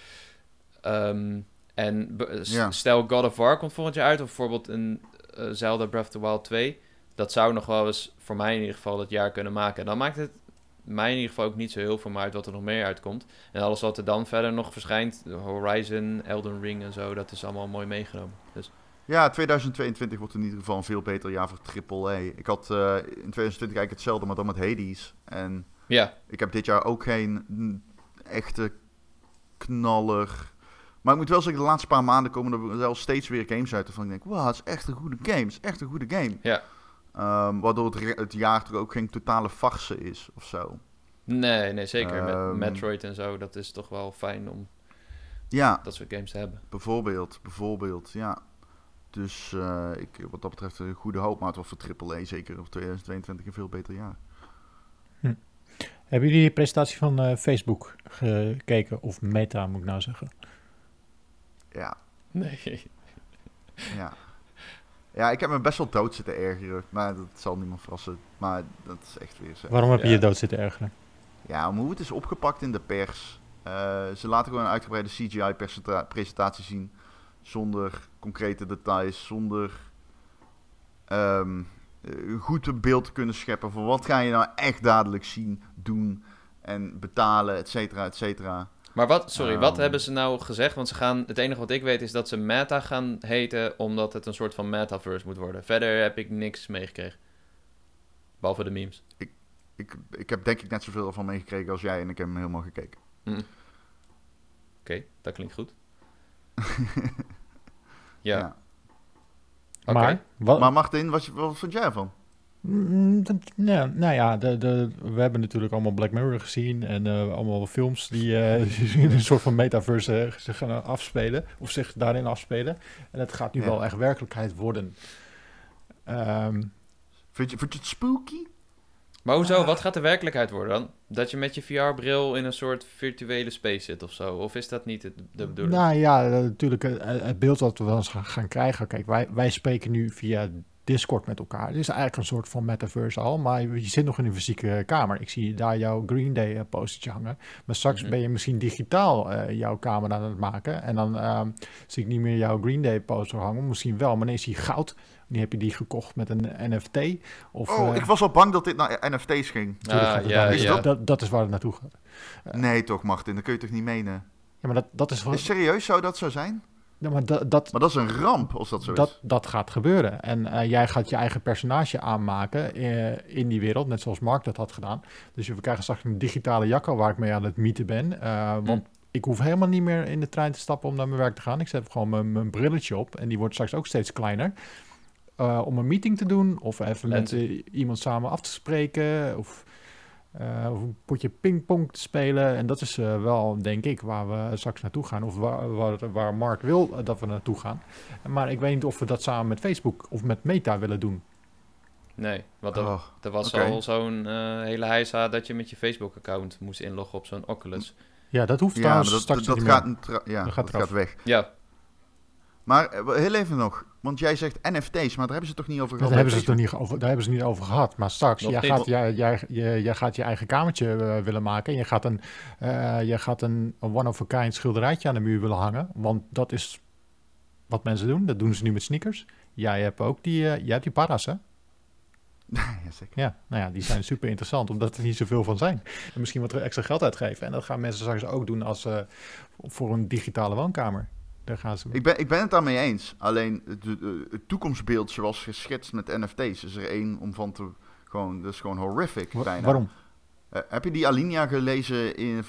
Stel God of War komt volgend jaar uit, of bijvoorbeeld een Zelda Breath of the Wild 2. Dat zou nog wel eens voor mij in ieder geval het jaar kunnen maken. En dan maakt het mij in ieder geval ook niet zo heel veel meer uit wat er nog meer uitkomt. En alles wat er dan verder nog verschijnt, Horizon, Elden Ring en zo, dat is allemaal mooi meegenomen. Dus. Ja, 2022 wordt in ieder geval een veel beter jaar voor AAA. Ik had in 2020 eigenlijk hetzelfde, maar dan met Hades. En ik heb dit jaar ook geen echte knaller. Maar ik moet wel zeggen, de laatste paar maanden komen er wel steeds weer games uit waarvan ik denk, wow, het is echt een goede game. Het is echt een goede game. Ja. Waardoor het jaar toch ook geen totale farce is of zo. Nee, zeker. Met Metroid en zo, dat is toch wel fijn om dat soort games te hebben. Bijvoorbeeld, ja. Dus wat dat betreft een goede hoop, maar het was voor AAA zeker op 2022 een veel beter jaar. Hebben jullie de presentatie van Facebook gekeken? Of Meta, moet ik nou zeggen? Ja. Nee. Ja, ik heb me best wel dood zitten ergeren. Maar dat zal niemand verrassen. Maar dat is echt weer zo. Waarom heb je je dood zitten ergeren? Ja, om hoe het is opgepakt in de pers. Ze laten gewoon een uitgebreide CGI-presentatie zien. Zonder concrete details. Zonder goed een beeld te kunnen scheppen. Van wat ga je nou echt dadelijk zien, doen en betalen, et cetera, et cetera. Maar wat hebben ze nou gezegd? Want het enige wat ik weet is dat ze Meta gaan heten, omdat het een soort van metaverse moet worden. Verder heb ik niks meegekregen. Behalve de memes. Ik heb denk ik net zoveel ervan meegekregen als jij en ik heb hem helemaal gekeken. Oké, dat klinkt goed. Ja. Okay. Maar Martin, wat vond jij ervan? We hebben natuurlijk allemaal Black Mirror gezien en allemaal films die in een soort van metaverse zich gaan afspelen, of zich daarin afspelen. En het gaat nu wel echt werkelijkheid worden. Vind je het spooky? Maar hoezo? Wat gaat de werkelijkheid worden dan? Dat je met je VR-bril in een soort virtuele space zit of zo? Of is dat niet de bedoeling? Nou ja, natuurlijk het beeld dat we wel eens gaan krijgen. Kijk, wij spreken nu via Discord met elkaar. Het is eigenlijk een soort van metaverse al, maar je zit nog in een fysieke kamer. Ik zie daar jouw Green Day postertje hangen. Maar straks ben je misschien digitaal jouw kamer aan het maken. En dan zie ik niet meer jouw Green Day poster hangen. Misschien wel, maar ineens zie je goud. Nu heb je die gekocht met een NFT. Ik was al bang dat dit naar NFT's ging. Dat is waar het naartoe gaat. Nee toch, Martin, dat kun je toch niet menen? Ja, maar dat is wel... Is serieus, zou dat zo zijn? Ja, maar dat is een ramp als dat zo is. Dat gaat gebeuren. En jij gaat je eigen personage aanmaken in die wereld, net zoals Mark dat had gedaan. Dus we krijgen straks een digitale jacko waar ik mee aan het mieten ben. Want ik hoef helemaal niet meer in de trein te stappen om naar mijn werk te gaan. Ik zet gewoon mijn brilletje op en die wordt straks ook steeds kleiner. om een meeting te doen. Of even met iemand samen af te spreken. Of een potje pingpong te spelen. En dat is wel, denk ik, waar we straks naartoe gaan. Of waar Mark wil dat we naartoe gaan. Maar ik weet niet of we dat samen met Facebook of met Meta willen doen. Nee, want er was al zo'n hele heisa dat je met je Facebook-account moest inloggen op zo'n Oculus. Ja, dat hoeft trouwens straks niet meer. Dat gaat weg. Ja. Maar heel even nog, want jij zegt NFT's, maar daar hebben ze het toch niet over gehad? Daar hebben ze niet over gehad. Maar straks, jij gaat je eigen kamertje willen maken. En je gaat een one-of-a-kind schilderijtje aan de muur willen hangen. Want dat is wat mensen doen. Dat doen ze nu met sneakers. Jij hebt ook jij hebt die para's, hè? Ja, zeker. Ja, nou ja, die zijn super interessant, omdat er niet zoveel van zijn. En misschien wat extra geld uitgeven. En dat gaan mensen straks ook doen voor een digitale woonkamer. Daar gaan ze... Ik ben het daarmee eens. Alleen het toekomstbeeld zoals geschetst met NFT's is er één om van te... dat is gewoon horrific bijna. Waarom? Heb je die alinea gelezen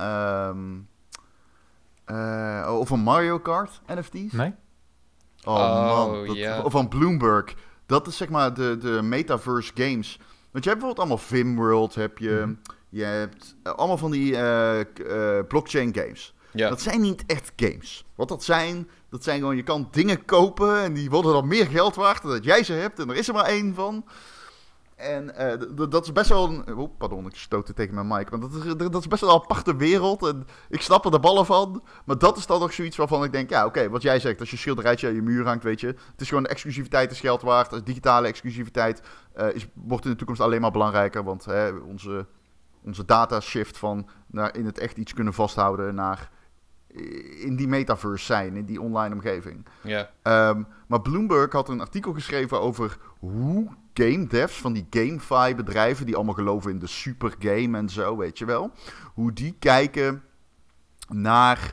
over Mario Kart NFT's? Nee. Oh man, of van Bloomberg. Dat is zeg maar de metaverse games. Want je hebt bijvoorbeeld allemaal Vimworld, je hebt allemaal van die blockchain games. Ja. Dat zijn niet echt games. Wat dat zijn gewoon, je kan dingen kopen en die worden dan meer geld waard dan dat jij ze hebt. En er is er maar één van. En dat is best wel een... pardon, ik stootte tegen mijn mic. Maar dat is best wel een aparte wereld. En ik snap er de ballen van. Maar dat is dan nog zoiets waarvan ik denk... Ja, oké, wat jij zegt. Als je schilderijtje aan je muur hangt, weet je. Het is gewoon de exclusiviteit is geld waard. Digitale exclusiviteit wordt in de toekomst alleen maar belangrijker. Want onze data shift van naar in het echt iets kunnen vasthouden naar... in die metaverse zijn, in die online omgeving. Ja. Maar Bloomberg had een artikel geschreven over hoe game devs van die GameFi bedrijven, die allemaal geloven in de supergame en zo, weet je wel, hoe die kijken naar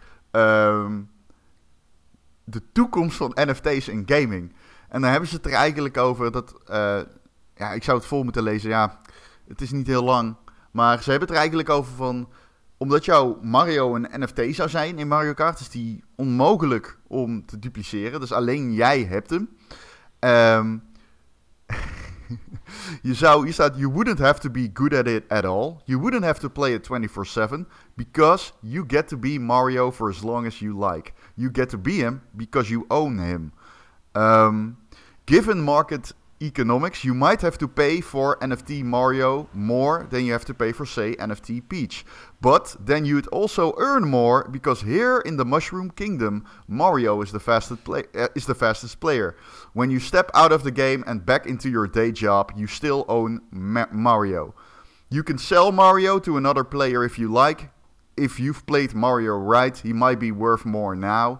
de toekomst van NFT's in gaming. En dan hebben ze het er eigenlijk over dat, ik zou het vol moeten lezen, ja, het is niet heel lang, maar ze hebben het er eigenlijk over van, omdat jouw Mario een NFT zou zijn in Mario Kart, is die onmogelijk om te dupliceren. Dus alleen jij hebt hem. Hier staat, you wouldn't have to be good at it at all. You wouldn't have to play it 24/7. Because you get to be Mario for as long as you like. You get to be him because you own him. Given market economics, you might have to pay for NFT Mario more than you have to pay for, say, NFT Peach. But then you'd also earn more because here in the Mushroom Kingdom, Mario is the fastest player. When you step out of the game and back into your day job, you still own Mario. You can sell Mario to another player if you like. If you've played Mario right, he might be worth more now.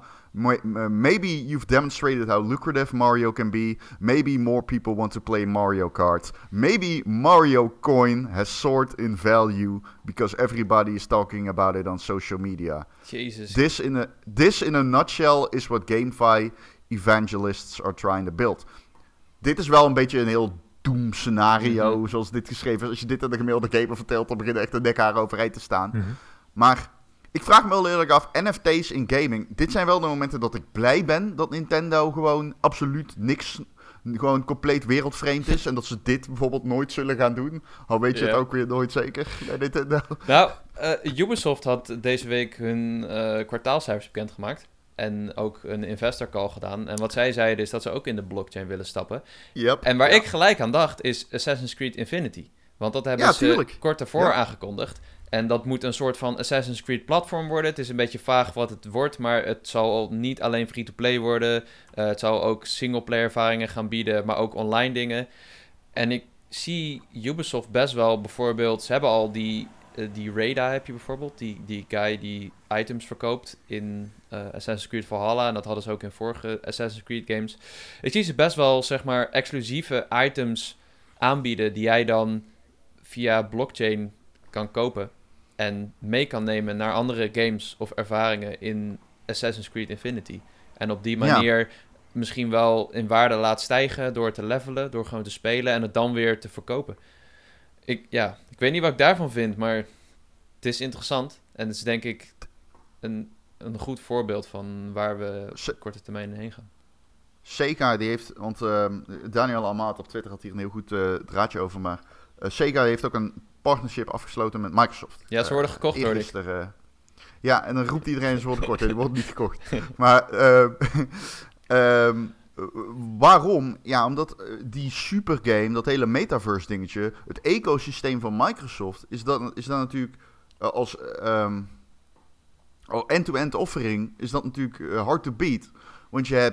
Maybe you've demonstrated how lucrative Mario can be. Maybe more people want to play Mario Kart. Maybe Mario Coin has soared in value because everybody is talking about it on social media. Jesus. This in a nutshell is what GameFi evangelists are trying to build. Dit is wel een beetje een heel doom scenario, zoals dit geschreven is. Als je dit aan de gemiddelde gamer vertelt, dan beginnen echt de nekhaar overeind te staan. Maar... ik vraag me wel eerlijk af, NFT's in gaming. Dit zijn wel de momenten dat ik blij ben dat Nintendo gewoon absoluut niks, gewoon compleet wereldvreemd is. En dat ze dit bijvoorbeeld nooit zullen gaan doen. Al weet je het ook weer nooit zeker bij Nintendo. Nou, Ubisoft had deze week hun kwartaalcijfers bekendgemaakt. En ook een investor call gedaan. En wat zij zeiden is dat ze ook in de blockchain willen stappen. Yep, en waar ik gelijk aan dacht is Assassin's Creed Infinity. Want dat hebben ze kort daarvoor aangekondigd. En dat moet een soort van Assassin's Creed platform worden. Het is een beetje vaag wat het wordt, maar het zal niet alleen free-to-play worden. Het zal ook singleplayer ervaringen gaan bieden, maar ook online dingen. En ik zie Ubisoft best wel bijvoorbeeld... ze hebben al die Rada heb je bijvoorbeeld. Die guy die items verkoopt in Assassin's Creed Valhalla. En dat hadden ze ook in vorige Assassin's Creed games. Ik zie ze best wel, zeg maar, exclusieve items aanbieden die jij dan via blockchain kan kopen en mee kan nemen naar andere games of ervaringen in Assassin's Creed Infinity. En op die manier misschien wel in waarde laat stijgen door te levelen, door gewoon te spelen en het dan weer te verkopen. Ik weet niet wat ik daarvan vind, maar het is interessant. En het is denk ik een goed voorbeeld van waar we op korte termijn heen gaan. Sega die heeft, want Daniel Amaat op Twitter had hier een heel goed draadje over, maar Sega heeft ook een partnership afgesloten met Microsoft. Ja, ze worden gekocht hoor. Ja, en dan roept iedereen ze worden kort, die worden niet gekocht. Maar waarom? Ja, omdat die supergame, dat hele metaverse dingetje, het ecosysteem van Microsoft is dan natuurlijk als end-to-end offering is dat natuurlijk hard to beat. Want je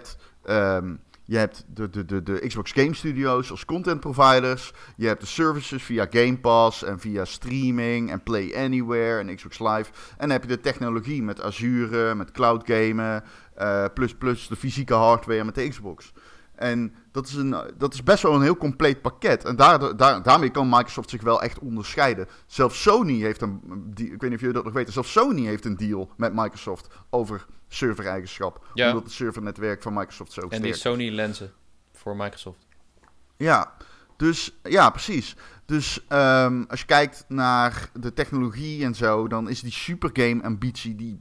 hebt de Xbox Game Studios als content providers. Je hebt de services via Game Pass en via streaming en Play Anywhere en Xbox Live. En dan heb je de technologie met Azure, met cloud gamen, plus de fysieke hardware met de Xbox. En dat is best wel een heel compleet pakket. En daarmee kan Microsoft zich wel echt onderscheiden. Zelfs Sony heeft ik weet niet of jullie dat nog weten, zelfs Sony heeft een deal met Microsoft over server-eigenschap. Ja. Omdat het servernetwerk van Microsoft zo sterk is. En die Sony-lenzen voor Microsoft. Ja, precies. Dus als je kijkt naar de technologie en zo, dan is die supergame-ambitie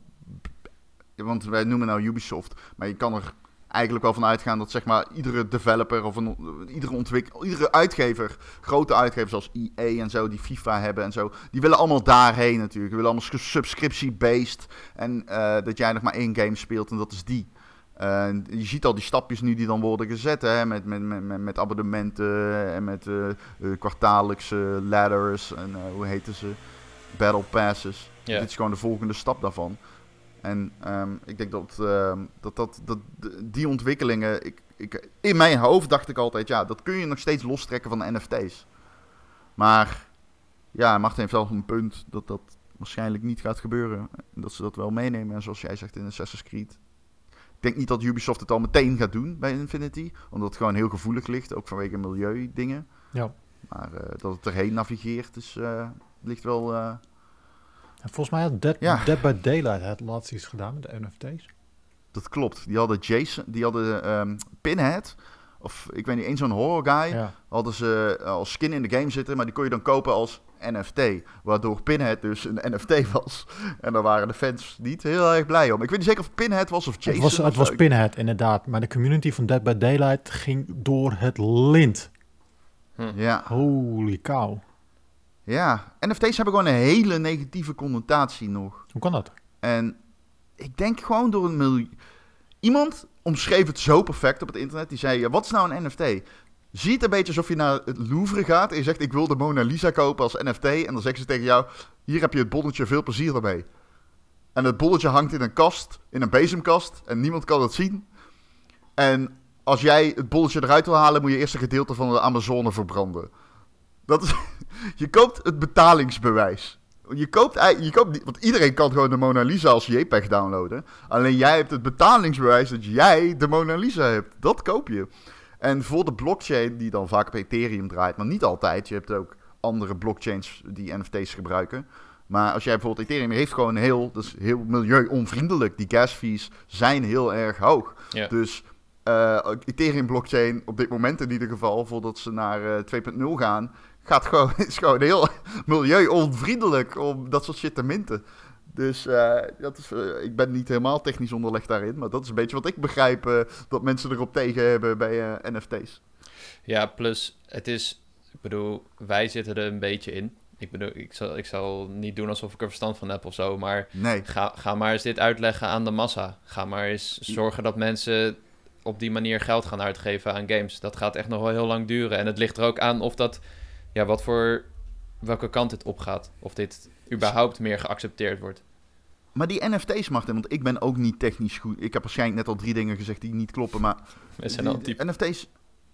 want wij noemen nou Ubisoft, maar je kan er eigenlijk wel van uitgaan dat zeg maar iedere developer of iedere uitgever, grote uitgevers zoals EA en zo, die FIFA hebben en zo, die willen allemaal daarheen natuurlijk. Die willen allemaal subscriptie-based en dat jij nog maar één game speelt en dat is die. Je ziet al die stapjes nu die dan worden gezet, hè, met abonnementen en met kwartaallijkse ladders en hoe heten ze? Battle passes. Yeah. Dit is gewoon de volgende stap daarvan. En ik denk dat die ontwikkelingen... in mijn hoofd dacht ik altijd, ja, dat kun je nog steeds lostrekken van de NFT's. Maar ja, Martin heeft wel een punt dat dat waarschijnlijk niet gaat gebeuren. En dat ze dat wel meenemen. En zoals jij zegt in Assassin's Creed. Ik denk niet dat Ubisoft het al meteen gaat doen bij Infinity. Omdat het gewoon heel gevoelig ligt, ook vanwege milieudingen. Ja. Maar dat het erheen navigeert, ligt wel... Volgens mij had Dead by Daylight het laatst iets gedaan met de NFT's. Dat klopt. Die hadden Pinhead, of ik weet niet, één zo'n horror guy, hadden ze als skin in de game zitten, maar die kon je dan kopen als NFT. Waardoor Pinhead dus een NFT was. En daar waren de fans niet heel erg blij om. Ik weet niet zeker of Pinhead was of Jason. Het was Pinhead, inderdaad. Maar de community van Dead by Daylight ging door het lint. Ja. Holy cow. Ja, NFT's hebben gewoon een hele negatieve connotatie nog. Hoe kan dat? En ik denk gewoon door een milieu... Iemand omschreef het zo perfect op het internet. Die zei, wat is nou een NFT? Zie het een beetje alsof je naar het Louvre gaat en je zegt, ik wil de Mona Lisa kopen als NFT. En dan zeggen ze tegen jou, hier heb je het bolletje, veel plezier ermee. En het bolletje hangt in een kast, in een bezemkast. En niemand kan het zien. En als jij het bolletje eruit wil halen, moet je eerst een gedeelte van de Amazone verbranden. Dat is... Je koopt het betalingsbewijs. Je koopt niet, want iedereen kan gewoon de Mona Lisa als JPEG downloaden. Alleen jij hebt het betalingsbewijs dat jij de Mona Lisa hebt. Dat koop je. En voor de blockchain, die dan vaak op Ethereum draait, maar niet altijd. Je hebt ook andere blockchains die NFT's gebruiken. Maar als jij bijvoorbeeld Ethereum heeft gewoon dat is heel milieu-onvriendelijk. Die gas fees zijn heel erg hoog. Yeah. Dus Ethereum blockchain op dit moment in ieder geval, voordat ze naar 2.0 gaan, is gewoon heel milieu-onvriendelijk om dat soort shit te minten. Dus ik ben niet helemaal technisch onderlegd daarin, maar dat is een beetje wat ik begrijp dat mensen erop tegen hebben bij NFT's. Ja, plus wij zitten er een beetje in. Ik zal niet doen alsof ik er verstand van heb of zo, maar nee. Ga maar eens dit uitleggen aan de massa. Ga maar eens zorgen dat mensen op die manier geld gaan uitgeven aan games. Dat gaat echt nog wel heel lang duren. En het ligt er ook aan of dat, welke kant dit opgaat. Of dit überhaupt meer geaccepteerd wordt. Maar die NFT's, Martin, want ik ben ook niet technisch goed. Ik heb waarschijnlijk net al 3 dingen gezegd die niet kloppen, maar NFT's...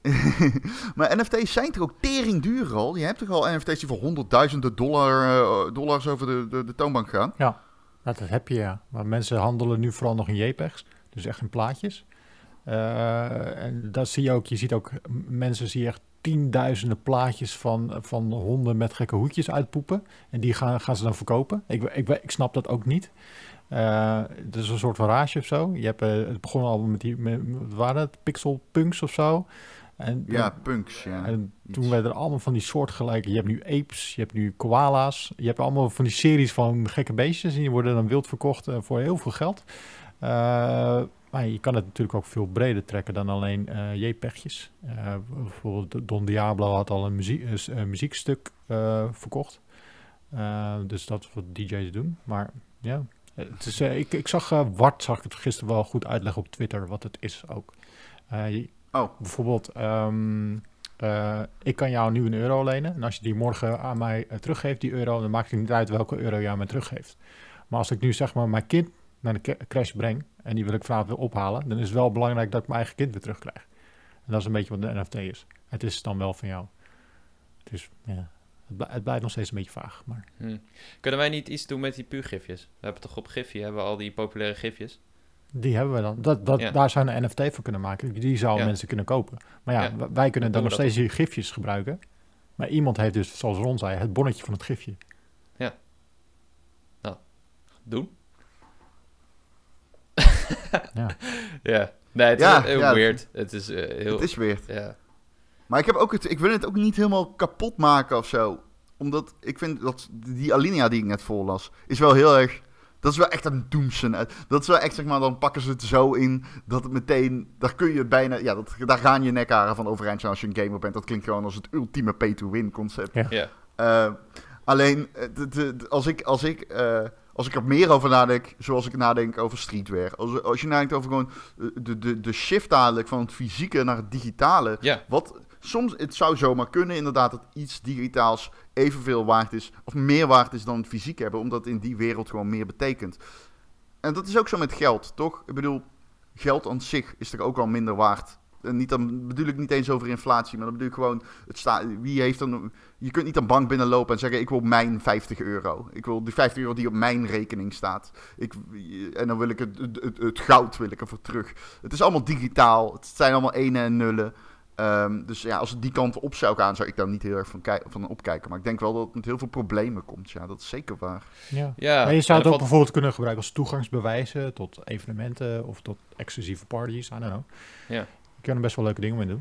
Maar NFT's zijn toch ook tering duur al? Je hebt toch al NFT's die voor honderdduizenden dollars over de toonbank gaan? Ja, dat heb je, ja. Maar mensen handelen nu vooral nog in JPEGs. Dus echt in plaatjes. En dat zie je ook. Je ziet ook mensen zie je echt tienduizenden plaatjes van honden met gekke hoedjes uitpoepen. En die gaan ze dan verkopen. Ik snap dat ook niet. Het is een soort van rage of zo. Je hebt het begon al wat waren het? Pixel punks of zo. En, punks, ja. En toen werden er allemaal van die soortgelijke... Je hebt nu apes, je hebt nu koala's. Je hebt allemaal van die series van gekke beestjes. En die worden dan wild verkocht voor heel veel geld. Maar je kan het natuurlijk ook veel breder trekken dan alleen JPEG'jes. Bijvoorbeeld Don Diablo had al een muziekstuk verkocht. Dus dat is wat DJ's doen. Maar ja, het is, ik zag Wart zag het gisteren wel goed uitleggen op Twitter wat het is ook. Bijvoorbeeld, ik kan jou nu €1 lenen. En als je die morgen aan mij teruggeeft, die euro, dan maakt het niet uit welke euro je aan mij teruggeeft. Maar als ik nu zeg maar mijn kind naar de crash breng en die wil ik vanavond weer ophalen, dan is het wel belangrijk dat ik mijn eigen kind weer terugkrijg. En dat is een beetje wat de NFT is. Het is dan wel van jou. Dus ja, het blijft nog steeds een beetje vaag. Maar... Kunnen wij niet iets doen met die puugifjes? We hebben toch op Giphy hebben we al die populaire gifjes? Die hebben we dan. Daar zou een NFT voor kunnen maken. Die zouden mensen kunnen kopen. Maar ja, wij kunnen dan nog steeds die gifjes gebruiken. Maar iemand heeft dus, zoals Ron zei, het bonnetje van het gifje. Ja. Nou, doen. Ja. Nee, het is heel weird. Het is Het is weird. Ja. Maar ik wil het ook niet helemaal kapot maken of zo. Omdat ik vind dat die alinea die ik net voorlas, is wel heel erg... Dat is wel echt een doemsen. Dat is wel echt, zeg maar, dan pakken ze het zo in dat het meteen... Daar kun je bijna... Ja, daar gaan je nekharen van overeind zijn als je een gamer bent. Dat klinkt gewoon als het ultieme pay-to-win concept. Ja. Alleen, als ik er meer over nadenk, zoals ik nadenk over streetwear. Als je nadenkt over gewoon de shift dadelijk van het fysieke naar het digitale. Ja. Soms, het zou zomaar kunnen inderdaad dat iets digitaals evenveel waard is, of meer waard is dan het fysiek hebben, omdat het in die wereld gewoon meer betekent. En dat is ook zo met geld, toch? Ik bedoel, geld aan zich is er ook wel minder waard. En dan bedoel ik niet eens over inflatie, maar dan bedoel ik gewoon, je kunt niet een bank binnenlopen en zeggen, ik wil mijn €50. Ik wil die €50 die op mijn rekening staat. En dan wil ik het goud wil ik ervoor terug. Het is allemaal digitaal, het zijn allemaal enen en nullen. Dus ja, als het die kant op zou gaan, zou ik daar niet heel erg van opkijken. Maar ik denk wel dat het met heel veel problemen komt. Ja, dat is zeker waar. Ja. Maar je zou het ook bijvoorbeeld kunnen gebruiken als toegangsbewijzen tot evenementen of tot exclusieve parties. I don't know. Ja. Je kan er best wel leuke dingen mee doen.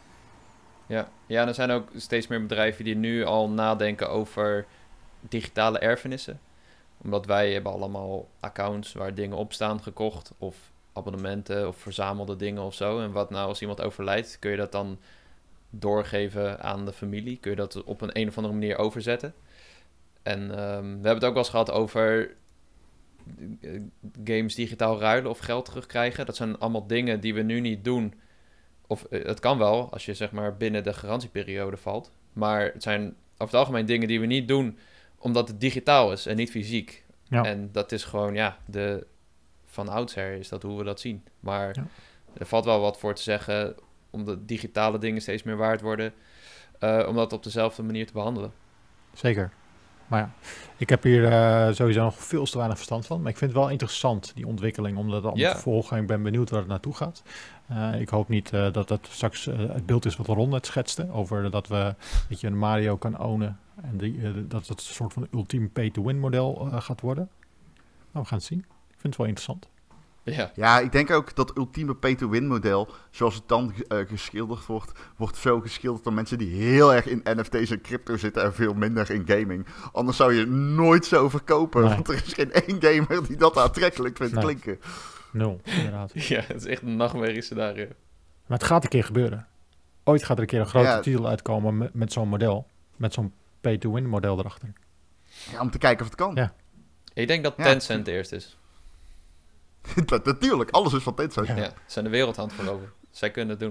Ja, er zijn ook steeds meer bedrijven die nu al nadenken over digitale erfenissen. Omdat wij hebben allemaal accounts waar dingen op staan gekocht of abonnementen of verzamelde dingen of zo. En wat nou als iemand overlijdt, kun je dat dan doorgeven aan de familie? Kun je dat op een of andere manier overzetten? En we hebben het ook wel eens gehad over games digitaal ruilen of geld terugkrijgen. Dat zijn allemaal dingen die we nu niet doen. Of het kan wel, als je zeg maar binnen de garantieperiode valt. Maar het zijn over het algemeen dingen die we niet doen, omdat het digitaal is en niet fysiek. Ja. En dat is gewoon, van oudsher is dat hoe we dat zien. Maar er valt wel wat voor te zeggen, omdat digitale dingen steeds meer waard worden, om dat op dezelfde manier te behandelen. Zeker. Maar ja, ik heb hier sowieso nog veel te weinig verstand van. Maar ik vind het wel interessant, die ontwikkeling, om dat allemaal te volgen. Ik ben benieuwd waar het naartoe gaat. Ik hoop niet dat dat straks het beeld is wat Ron net schetste. Over dat je een Mario kan ownen. En dat het een soort van ultieme pay-to-win model gaat worden. Nou, we gaan het zien. Ik vind het wel interessant. Ja, ik denk ook dat ultieme pay-to-win model, zoals het dan geschilderd wordt zo geschilderd door mensen die heel erg in NFT's en crypto zitten en veel minder in gaming. Anders zou je nooit zo verkopen, want er is geen één gamer die dat aantrekkelijk vindt klinken. Nul, inderdaad. Ja, het is echt een nachtmerrie scenario. Maar het gaat een keer gebeuren. Ooit gaat er een keer een grote titel uitkomen met zo'n model. Met zo'n pay-to-win model erachter. Ja, om te kijken of het kan. Ja. Ik denk dat Tencent eerst is. Natuurlijk, alles is van Tencent. Ja, ze zijn de wereldhand voorover. Zij kunnen het doen.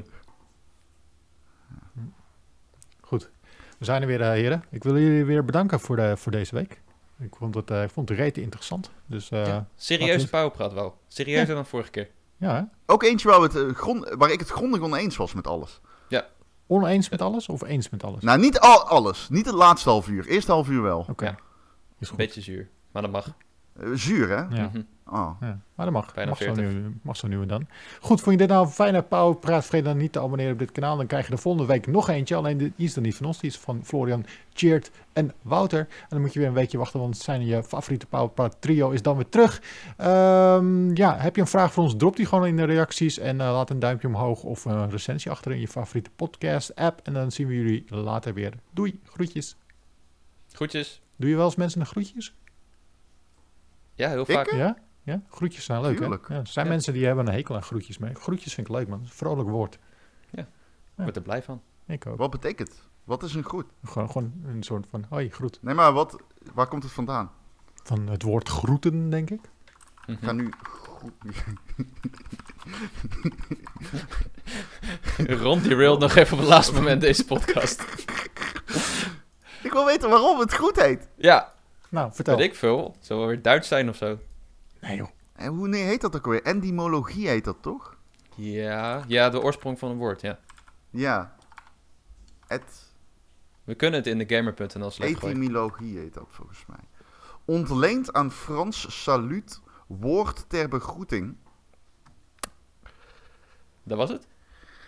Goed. We zijn er weer, heren. Ik wil jullie weer bedanken voor deze week. Ik vond het rete interessant. Dus, serieuze powerpraat wel. Serieuzer dan vorige keer. Ja, hè? Ook eentje waar ik het grondig oneens was met alles. Ja. Oneens met alles of eens met alles? Nou, niet alles. Niet het laatste half uur. Eerste half uur wel. Oké. Is een beetje zuur, maar dat mag. Zuur, hè? Ja. Mm-hmm. Oh. Ja, maar dat mag. Bijna Mag zo nu en dan. Goed, vond je dit nou een fijne powerpraat? Vergeet dan niet te abonneren op dit kanaal. Dan krijg je de volgende week nog eentje. Alleen die is dan niet van ons. Die is van Florian, Tjeerd en Wouter. En dan moet je weer een weekje wachten. Want je favoriete powerpraat trio is dan weer terug. Heb je een vraag voor ons? Drop die gewoon in de reacties. En laat een duimpje omhoog of een recensie achter in je favoriete podcast app. En dan zien we jullie later weer. Doei, groetjes. Groetjes. Doe je wel eens mensen een groetjes? Ja, heel vaak. Ja? Ja, groetjes zijn leuk, Tuurlijk. hè? Ja, er zijn mensen die hebben een hekel aan groetjes mee. Groetjes vind ik leuk, man. Dat is een vrolijk woord. Ik word er blij van. Ik ook. Wat betekent? Wat is een groet? Gewoon een soort van, hoi, groet. Nee, maar waar komt het vandaan? Van het woord groeten, denk ik. Ik ga nu... Ron die railt nog even op het laatste moment deze podcast. Ik wil weten waarom het goed heet. Ja, Nou, vertel. weet ik veel. Zou wel weer Duits zijn of zo. Nee, joh. En hoe heet dat ook alweer? Endymologie heet dat, toch? Ja, de oorsprong van een woord, ja. Ja. We kunnen het in de gamer.nl slecht gooien. Etymologie heet dat volgens mij. Ontleend aan Frans salut, woord ter begroeting. Dat was het?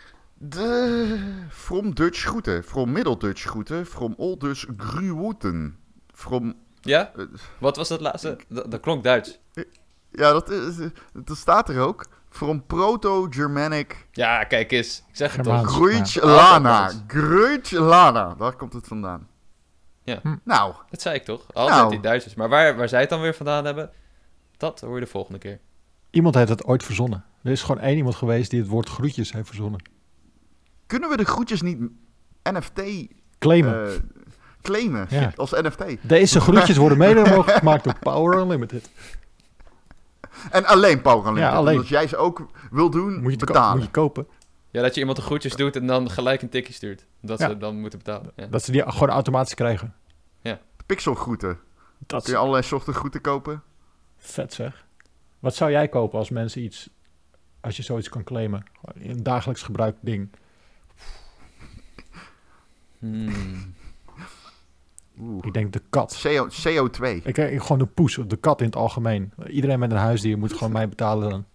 From Dutch groeten, from Middle-Dutch groeten, from Old Dutch gruwoeten. Ja? Wat was dat laatste? Dat klonk Duits. Ja, dat staat er ook. From Proto-Germanic Ja, kijk eens. Ik zeg het toch. Germaans. Gruitje-lana. Gruitje-lana. Daar komt het vandaan. Ja. Nou, Dat zei ik toch? Altijd die Duitsers. Maar waar zij het dan weer vandaan hebben, dat hoor je de volgende keer. Iemand heeft het ooit verzonnen. Er is gewoon één iemand geweest die het woord groetjes heeft verzonnen. kunnen we de groetjes niet NFT Claimen. claimen Ja. als NFT? Deze groetjes worden mede mogelijk gemaakt door Power Unlimited. En alleen Power Unlimited. Ja, alleen. Als jij ze ook wil doen, Moet je, betalen. moet je kopen. Ja, dat je iemand de groetjes doet en dan gelijk een tikje stuurt. Dat Ja. ze dan moeten betalen. Ja. Dat ze die gewoon automatisch krijgen. Pixelgroeten. Dat Kun is je allerlei soorten groeten kopen? vet, zeg. Wat zou jij kopen als mensen iets... Als je zoiets kan claimen? Een dagelijks gebruik ding. Oeh. Ik denk de kat. CO2. Ik gewoon de poes, de kat in het algemeen. Iedereen met een huisdier moet gewoon mij betalen dan.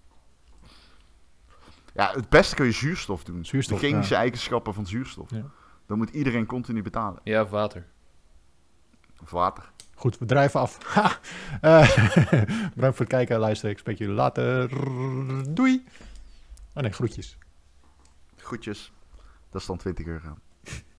Ja, het beste kun je zuurstof doen. Zuurstof, de chemische eigenschappen van zuurstof. Ja. Dan moet iedereen continu betalen. Ja, of water. Of water. Goed, we drijven af. Ha! Bedankt voor het kijken en luisteren. Ik spreek jullie later. Doei. Oh nee, groetjes. Goedjes. Dat is dan €20.